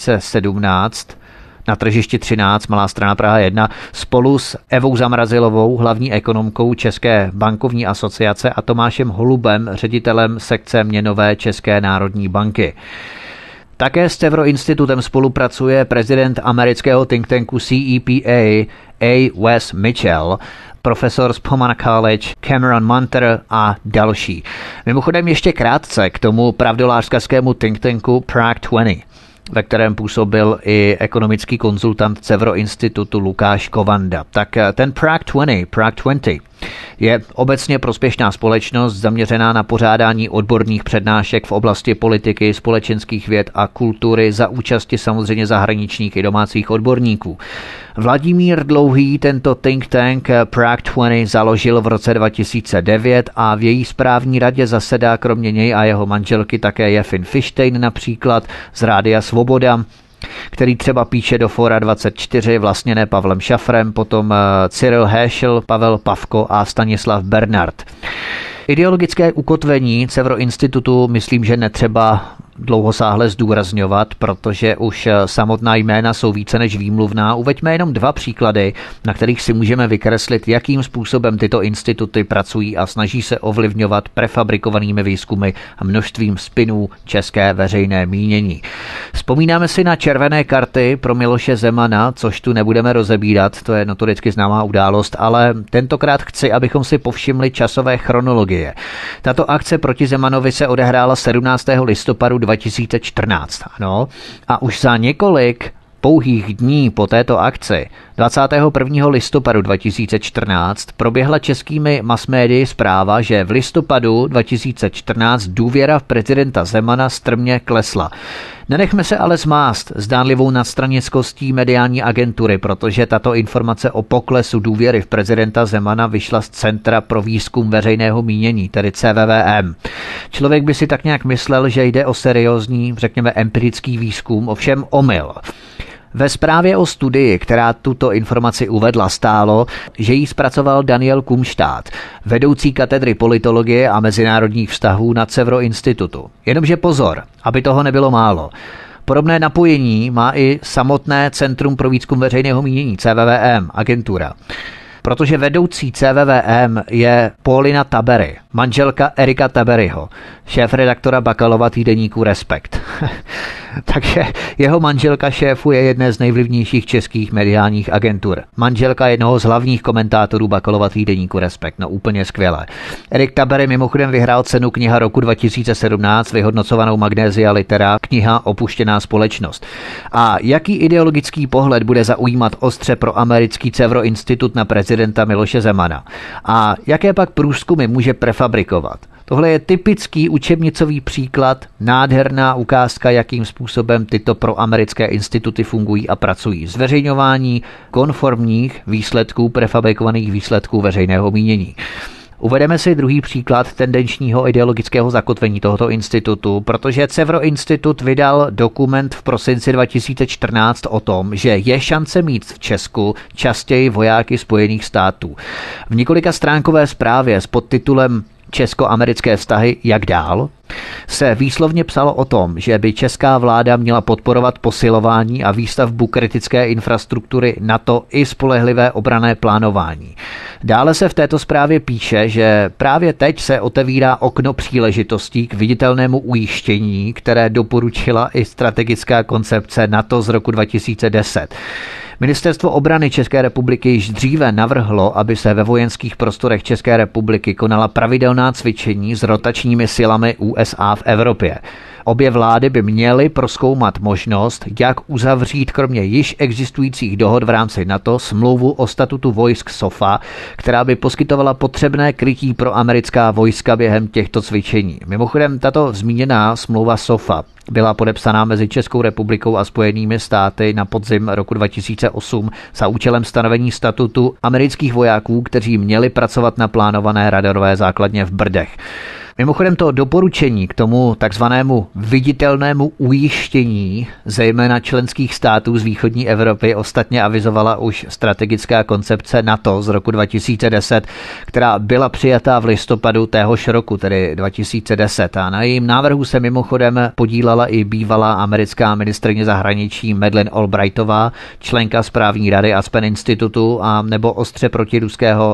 2017 na tržišti 13, Malá Strana Praha 1, spolu s Evou Zamrazilovou, hlavní ekonomkou České bankovní asociace a Tomášem Holubem, ředitelem sekce měnové České národní banky. Také s Cevro institutem spolupracuje prezident amerického think tanku CEPA A. Wes Mitchell, profesor z Pomona College Cameron Munter a další. Mimochodem ještě krátce k tomu pravdolářskému think tanku Prague 20, ve kterém působil i ekonomický konzultant Cevro institutu Lukáš Kovanda. Tak ten Prague 20 je obecně prospěšná společnost zaměřená na pořádání odborných přednášek v oblasti politiky, společenských věd a kultury za účasti samozřejmě zahraničních i domácích odborníků. Vladimír Dlouhý tento think tank Prague 20 založil v roce 2009 a v její správní radě zasedá kromě něj a jeho manželky také Jefin Fištejn například z Rádia Svoboda, který třeba píše do Fóra 24, vlastněné Pavlem Šafrem, potom Cyril Héšel, Pavel Pavko a Stanislav Bernard. Ideologické ukotvení Cevro institutu myslím, že netřeba dlouhosáhle zdůrazňovat, protože už samotná jména jsou více než výmluvná. Uveďme jenom 2 příklady, na kterých si můžeme vykreslit, jakým způsobem tyto instituty pracují a snaží se ovlivňovat prefabrikovanými výzkumy a množstvím spinů české veřejné mínění. Vzpomínáme si na červené karty pro Miloše Zemana, což tu nebudeme rozebírat, to je notoricky známá událost, ale tentokrát chci, abychom si povšimli časové chronologie. Tato akce proti Zemanovi se odehrála 17. listopadu 2014. Ano, a už za několik pouhých dní po této akci, 21. listopadu 2014, proběhla českými masmédii zpráva, že v listopadu 2014 důvěra v prezidenta Zemana strmě klesla. Nenechme se ale zmást zdánlivou nadstranickostí mediální agentury, protože tato informace o poklesu důvěry v prezidenta Zemana vyšla z Centra pro výzkum veřejného mínění, tedy CVVM. Člověk by si tak nějak myslel, že jde o seriózní, řekněme empirický výzkum, ovšem omyl. Ve zprávě o studii, která tuto informaci uvedla, stálo, že ji zpracoval Daniel Kumštát, vedoucí katedry politologie a mezinárodních vztahů na Cevro institutu. Jenomže pozor, aby toho nebylo málo. Podobné napojení má i samotné Centrum pro výzkum veřejného mínění, CVVM, agentura. Protože vedoucí CVVM je Paulina Tabery, manželka Erika Taberyho, šéfredaktora Bakalova týdeníku Respekt. Takže jeho manželka šéfuje jedné z nejvlivnějších českých mediálních agentur. Manželka jednoho z hlavních komentátorů Bakalova týdeníku Respekt. No úplně skvělé. Erik Tabery mimochodem vyhrál cenu kniha roku 2017, vyhodnocovanou Magnesia Litera, kniha Opuštěná společnost. A jaký ideologický pohled bude zaujímat ostře pro americký Cevro institut na prezidenta Miloše Zemana? A jaké pak průzkumy může prefabrikovat? Tohle je typický učebnicový příklad, nádherná ukázka, jakým způsobem tyto proamerické instituty fungují a pracují. Zveřejňování konformních výsledků, prefabrikovaných výsledků veřejného mínění. Uvedeme si druhý příklad tendenčního ideologického zakotvení tohoto institutu, protože Cevro institut vydal dokument v prosinci 2014 o tom, že je šance mít v Česku častěji vojáky Spojených států. V několika stránkové zprávě s podtitulem Česko-americké vztahy jak dál se výslovně psalo o tom, že by česká vláda měla podporovat posilování a výstavbu kritické infrastruktury NATO i spolehlivé obranné plánování. Dále se v této zprávě píše, že právě teď se otevírá okno příležitostí k viditelnému ujištění, které doporučila i strategická koncepce NATO z roku 2010. Ministerstvo obrany České republiky již dříve navrhlo, aby se ve vojenských prostorech České republiky konala pravidelná cvičení s rotačními silami USA v Evropě. Obě vlády by měly prozkoumat možnost, jak uzavřít kromě již existujících dohod v rámci NATO smlouvu o statutu vojsk SOFA, která by poskytovala potřebné krytí pro americká vojska během těchto cvičení. Mimochodem, tato zmíněná smlouva SOFA byla podepsaná mezi Českou republikou a Spojenými státy na podzim roku 2008 za účelem stanovení statutu amerických vojáků, kteří měli pracovat na plánované radarové základně v Brdech. Mimochodem to doporučení k tomu takzvanému viditelnému ujištění zejména členských států z východní Evropy ostatně avizovala už strategická koncepce NATO z roku 2010, která byla přijatá v listopadu téhož roku, tedy 2010. A na jejím návrhu se mimochodem podílela i bývalá americká ministryně zahraničí Madeleine Albrightová, členka správní rady Aspen Institutu a nebo ostře protiruského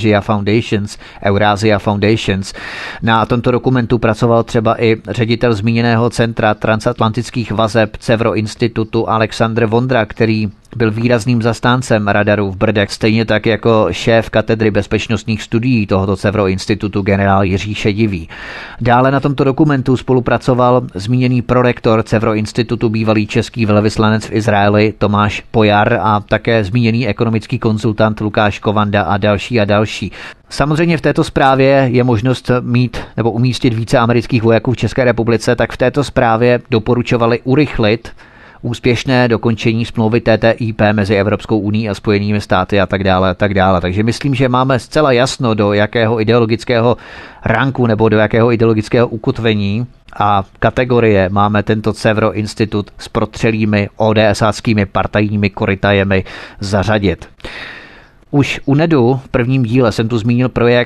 Eurasia Foundations. Na tomto dokumentu pracoval třeba i ředitel zmíněného Centra transatlantických vazeb Cevro institutu Alexandr Vondra, který byl výrazným zastáncem radarů v Brdech, stejně tak jako šéf katedry bezpečnostních studií tohoto Cevro institutu generál Jiří Šedivý. Dále na tomto dokumentu spolupracoval zmíněný prorektor Cevro institutu, bývalý český velvyslanec v Izraeli Tomáš Pojar a také zmíněný ekonomický konzultant Lukáš Kovanda a další. Samozřejmě v této zprávě je možnost mít nebo umístit více amerických vojáků v České republice, tak v této zprávě doporučovali urychlit úspěšné dokončení smlouvy TTIP mezi Evropskou unií a Spojenými státy a tak dále. Takže myslím, že máme zcela jasno, do jakého ideologického ranku nebo do jakého ideologického ukotvení a kategorie máme tento Cevro institut s protřelými ODSáckými partajními korytajemi zařadit. Už u NEDu v prvním díle jsem tu zmínil projekt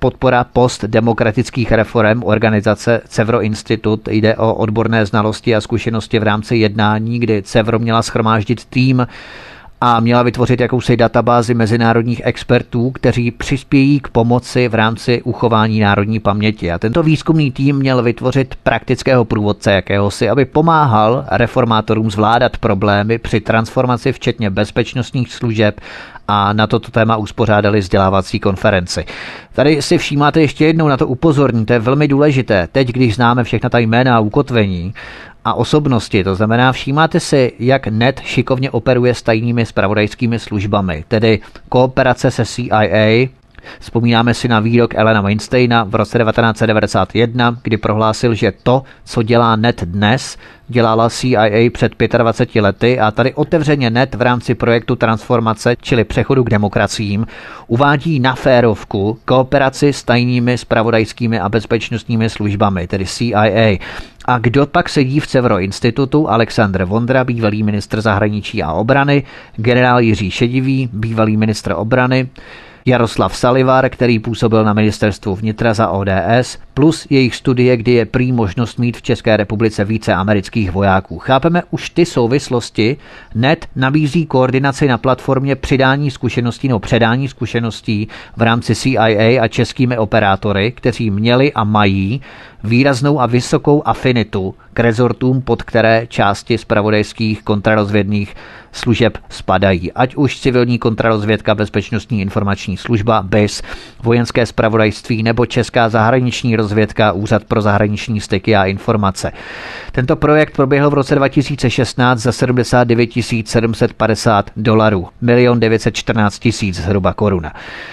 podpora postdemokratických reforem organizace Cevro Institut. Jde o odborné znalosti a zkušenosti v rámci jednání, kdy Cevro měla shromáždit tým a měla vytvořit jakousi databázi mezinárodních expertů, kteří přispějí k pomoci v rámci uchování národní paměti. A tento výzkumný tým měl vytvořit praktického průvodce jakéhosi, aby pomáhal reformátorům zvládat problémy při transformaci, včetně bezpečnostních služeb, a na toto téma uspořádali vzdělávací konferenci. Tady si všímáte ještě jednou na to upozorní, to je velmi důležité. Teď, když známe všechna ta jména a ukotvení a osobnosti, to znamená, všímáte si, jak NET šikovně operuje s tajnými zpravodajskými službami, tedy kooperace se CIA. Vzpomínáme si na výrok Elena Weinsteina v roce 1991, kdy prohlásil, že to, co dělá NET dnes, dělala CIA před 25 lety, a tady otevřeně NET v rámci projektu transformace, čili přechodu k demokraciím, uvádí na férovku kooperaci s tajnými zpravodajskými a bezpečnostními službami, tedy CIA. A kdo pak sedí v Cevro Institutu? Alexandr Vondra, bývalý ministr zahraničí a obrany, generál Jiří Šedivý, bývalý ministr obrany, Jaroslav Salivar, který působil na ministerstvu vnitra za ODS, plus jejich studie, kdy je prý možnost mít v České republice více amerických vojáků. Chápeme už ty souvislosti. NET nabízí koordinaci na platformě předání zkušeností v rámci CIA a českými operátory, kteří měli a mají výraznou a vysokou afinitu k rezortům, pod které části zpravodajských kontrarozvědných služeb spadají. Ať už civilní kontrarozvědka, bezpečnostní informační služba, BIS, vojenské zpravodajství nebo Česká zahraniční rozvědka, Úřad pro zahraniční styky a informace. Tento projekt proběhl v roce 2016 za $79 750, $1 914 000 zhruba koruna.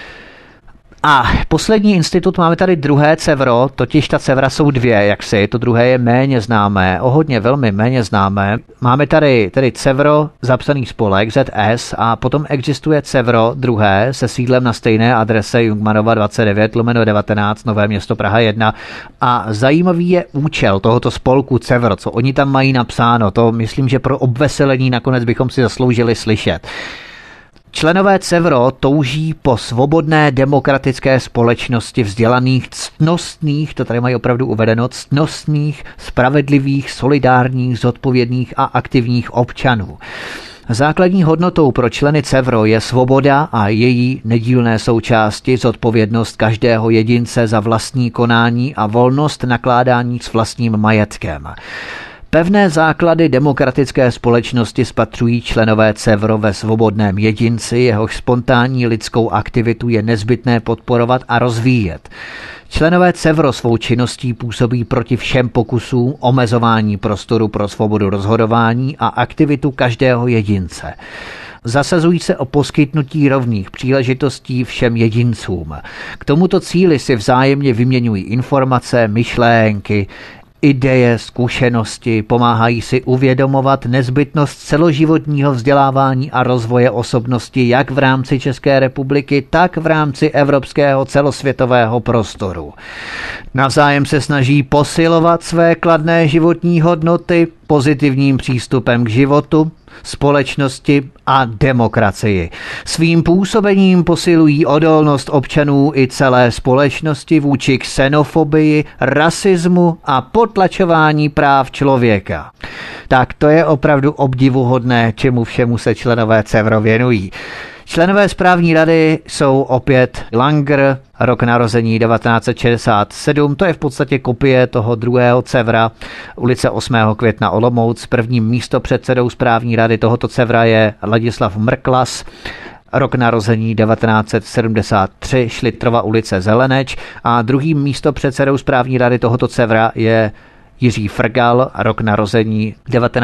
A poslední institut, máme tady druhé Cevro, totiž ta Cevra jsou dvě, jaksi, to druhé je méně známé, velmi méně známé. Máme tady Cevro, zapsaný spolek ZS, a potom existuje Cevro druhé se sídlem na stejné adrese Jungmanova 29/19, Nové Město Praha 1. A zajímavý je účel tohoto spolku Cevro, co oni tam mají napsáno, to myslím, že pro obveselení nakonec bychom si zasloužili slyšet. Členové Cevro touží po svobodné demokratické společnosti vzdělaných, ctnostných, to tady mají opravdu uvedeno, ctnostných, spravedlivých, solidárních, zodpovědných a aktivních občanů. Základní hodnotou pro členy Cevro je svoboda a její nedílné součásti zodpovědnost každého jedince za vlastní konání a volnost nakládání s vlastním majetkem. Pevné základy demokratické společnosti spatřují členové Cevro ve svobodném jedinci, jehož spontánní lidskou aktivitu je nezbytné podporovat a rozvíjet. Členové Cevro svou činností působí proti všem pokusům omezování prostoru pro svobodu rozhodování a aktivitu každého jedince. Zasazují se o poskytnutí rovných příležitostí všem jedincům. K tomuto cíli si vzájemně vyměňují informace, myšlénky, ideje, zkušenosti, pomáhají si uvědomovat nezbytnost celoživotního vzdělávání a rozvoje osobnosti jak v rámci České republiky, tak v rámci evropského celosvětového prostoru. Navzájem se snaží posilovat své kladné životní hodnoty pozitivním přístupem k životu, společnosti a demokracii. Svým působením posilují odolnost občanů i celé společnosti vůči xenofobii, rasismu a potlačování práv člověka. Tak to je opravdu obdivuhodné, čemu všemu se členové Cevro věnují. Členové správní rady jsou opět Langer, rok narození 1967, to je v podstatě kopie toho druhého Cevra, ulice 8. května Olomouc. Prvním místopředsedou správní rady tohoto Cevra je Ladislav Mrklas, rok narození 1973, Šlitrova ulice Zeleneč, a druhým místopředsedou správní rady tohoto Cevra je Jiří Frgal, rok narození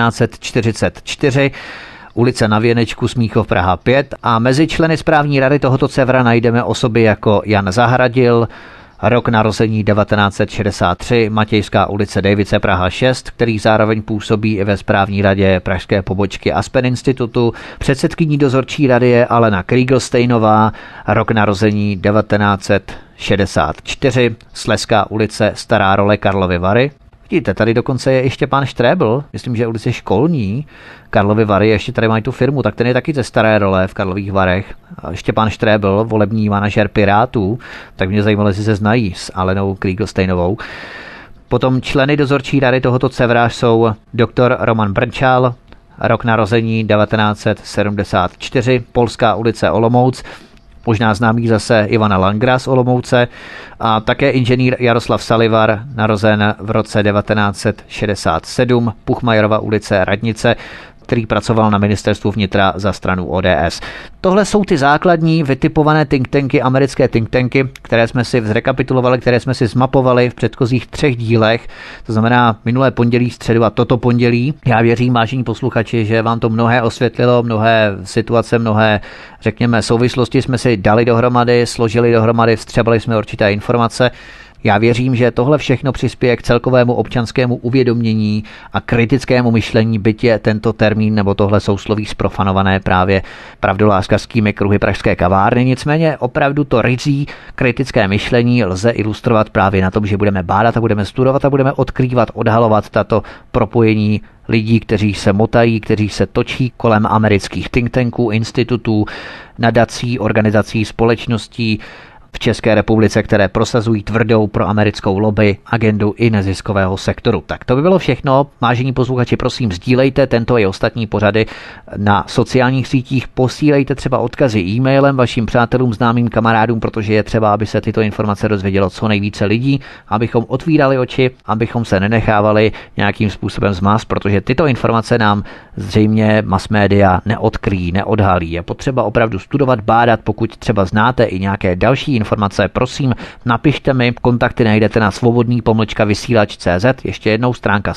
1944, ulice Na Věnečku, Smíchov, Praha 5, a mezi členy správní rady tohoto Cevra najdeme osoby jako Jan Zahradil, rok narození 1963, Matějská ulice Dejvice, Praha 6, který zároveň působí i ve správní radě pražské pobočky Aspen Institutu. Předsedkyní dozorčí rady je Alena Kriegelsteinová, rok narození 1964, Slezská ulice, Stará Role, Karlovy Vary. Vidíte, tady dokonce je i Štěpán Štrebl, myslím, že ulice Školní, Karlovy Vary, ještě tady mají tu firmu, tak ten je taky ze Staré Role v Karlových Varech. Štěpán Štrebl, volební manažer Pirátů, tak mě zajímalo, jestli se znají s Alenou Kriegelsteinovou. Potom členy dozorčí rady tohoto Cevra jsou doktor Roman Brnčal, rok narození 1974, Polská ulice Olomouc, možná známý zase Ivana Langra z Olomouce, a také inženýr Jaroslav Salivar, narozen v roce 1967, Puchmajerova ulice Radnice, který pracoval na ministerstvu vnitra za stranu ODS. Tohle jsou ty základní vytipované think tanky, americké think tanky, které jsme si zrekapitulovali, které jsme si zmapovali v předchozích 3 dílech, to znamená minulé pondělí, středu a toto pondělí. Já věřím, vážení posluchači, že vám to mnohé osvětlilo, mnohé situace, mnohé, řekněme, souvislosti jsme si dali dohromady, složili dohromady, vstřebali jsme určité informace. Já věřím, že tohle všechno přispěje k celkovému občanskému uvědomění a kritickému myšlení, byť je tento termín nebo tohle sousloví zprofanované právě pravdoláskařskými kruhy pražské kavárny. Nicméně opravdu to ryzí kritické myšlení lze ilustrovat právě na tom, že budeme bádat a budeme studovat a budeme odkrývat, odhalovat tato propojení lidí, kteří se motají, kteří se točí kolem amerických think tanků, institutů, nadací, organizací, společností v České republice, které prosazují tvrdou proamerickou lobby, agendu i neziskového sektoru. Tak to by bylo všechno. Vážení posluchači, prosím, sdílejte tento i ostatní pořady na sociálních sítích, posílejte třeba odkazy e-mailem vašim přátelům, známým kamarádům, protože je třeba, aby se tyto informace dozvědělo co nejvíce lidí, abychom otvírali oči, abychom se nenechávali nějakým způsobem zmást, protože tyto informace nám zřejmě mass media neodkryjí, neodhalí. Je potřeba opravdu studovat, bádat. Pokud třeba znáte i nějaké další informace, prosím, napište mi, kontakty najdete na svobodný-vysílač.cz, ještě jednou stránka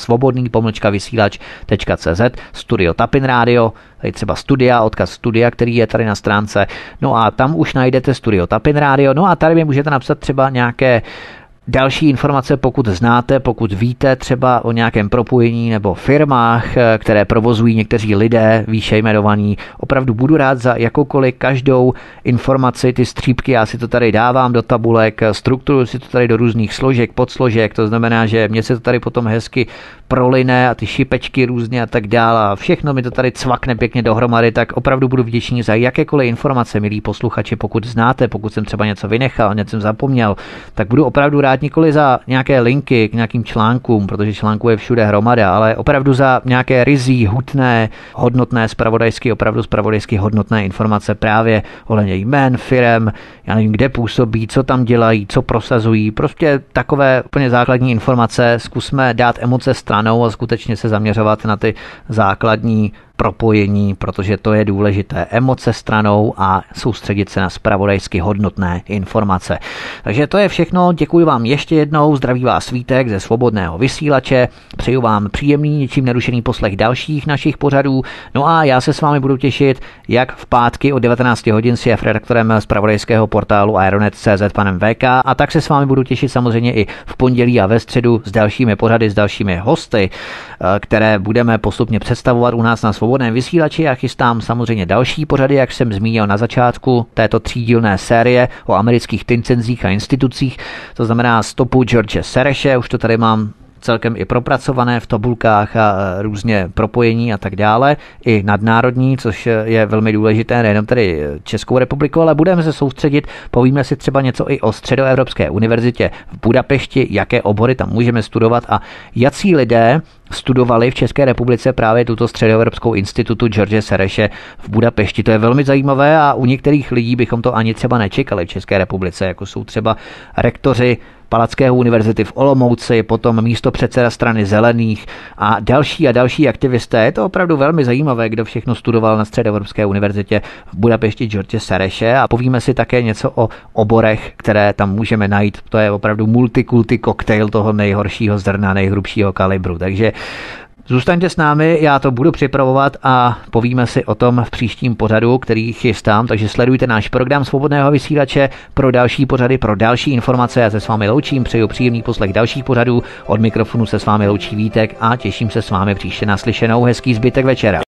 svobodný-vysílač.cz, studio Tapin Radio, tady třeba studia, odkaz studia, který je tady na stránce, no a tam už najdete studio Tapin Radio, no a tady mi můžete napsat třeba nějaké další informace, pokud znáte, pokud víte třeba o nějakém propojení nebo firmách, které provozují někteří lidé výše jmenovaní. Opravdu budu rád za jakoukoliv každou informaci, ty střípky, já si to tady dávám do tabulek, strukturu si to tady do různých složek, podsložek, to znamená, že mě se to tady potom hezky proline a ty šipečky různě a tak dále a všechno mi to tady cvakne pěkně dohromady, tak opravdu budu vděčný za jakékoliv informace, milí posluchači, pokud znáte, pokud jsem třeba něco vynechal, něco jsem zapomněl, tak budu opravdu rád nikoli za nějaké linky k nějakým článkům, protože článků je všude hromada, ale opravdu za nějaké ryzí, hutné, hodnotné, opravdu zpravodajsky hodnotné informace právě ohledně jmén, firem, já nevím, kde působí, co tam dělají, co prosazují, prostě takové úplně základní informace, zkusme dát emoce stranou a skutečně se zaměřovat na ty základní propojení, protože to je důležité. Emoce stranou a soustředit se na zpravodajsky hodnotné informace. Takže to je všechno. Děkuji vám ještě jednou. Zdraví vás Vítek ze Svobodného vysílače. Přeju vám příjemný, ničím nerušený poslech dalších našich pořadů. No a já se s vámi budu těšit jak v pátky od 19 hodin s šéfredaktorem zpravodajského portálu Aeronet.cz panem VK, a tak se s vámi budu těšit samozřejmě i v pondělí a ve středu s dalšími pořady, s dalšími hosty, které budeme postupně představovat u nás na Svobodném vysílači. Já chystám samozřejmě další pořady, jak jsem zmínil na začátku této třídílné série o amerických tincenzích a institucích, to znamená stopu George Sereše, už to tady mám celkem i propracované v tabulkách a různě propojení a tak dále, i nadnárodní, což je velmi důležité, nejenom tady Českou republiku, ale budeme se soustředit, povíme si třeba něco i o Středoevropské univerzitě v Budapešti, jaké obory tam můžeme studovat a jací lidé studovali v České republice právě tuto Středoevropskou institutu George Sereše v Budapešti. To je velmi zajímavé a u některých lidí bychom to ani třeba nečekali v České republice, jako jsou třeba rektoři Palackého univerzity v Olomouci, potom místopředseda strany Zelených a další aktivisté. Je to opravdu velmi zajímavé, kdo všechno studoval na Středoevropské univerzitě v Budapešti George Sereše, a povíme si také něco o oborech, které tam můžeme najít. To je opravdu multikulti koktejl toho nejhoršího zrna, nejhrubšího kalibru. Takže zůstaňte s námi, já to budu připravovat a povíme si o tom v příštím pořadu, který chystám, takže sledujte náš program Svobodného vysílače pro další pořady, pro další informace. Já se s vámi loučím, přeju příjemný poslech dalších pořadů, od mikrofonu se s vámi loučí Vítek a těším se s vámi příště naslyšenou. Hezký zbytek večera.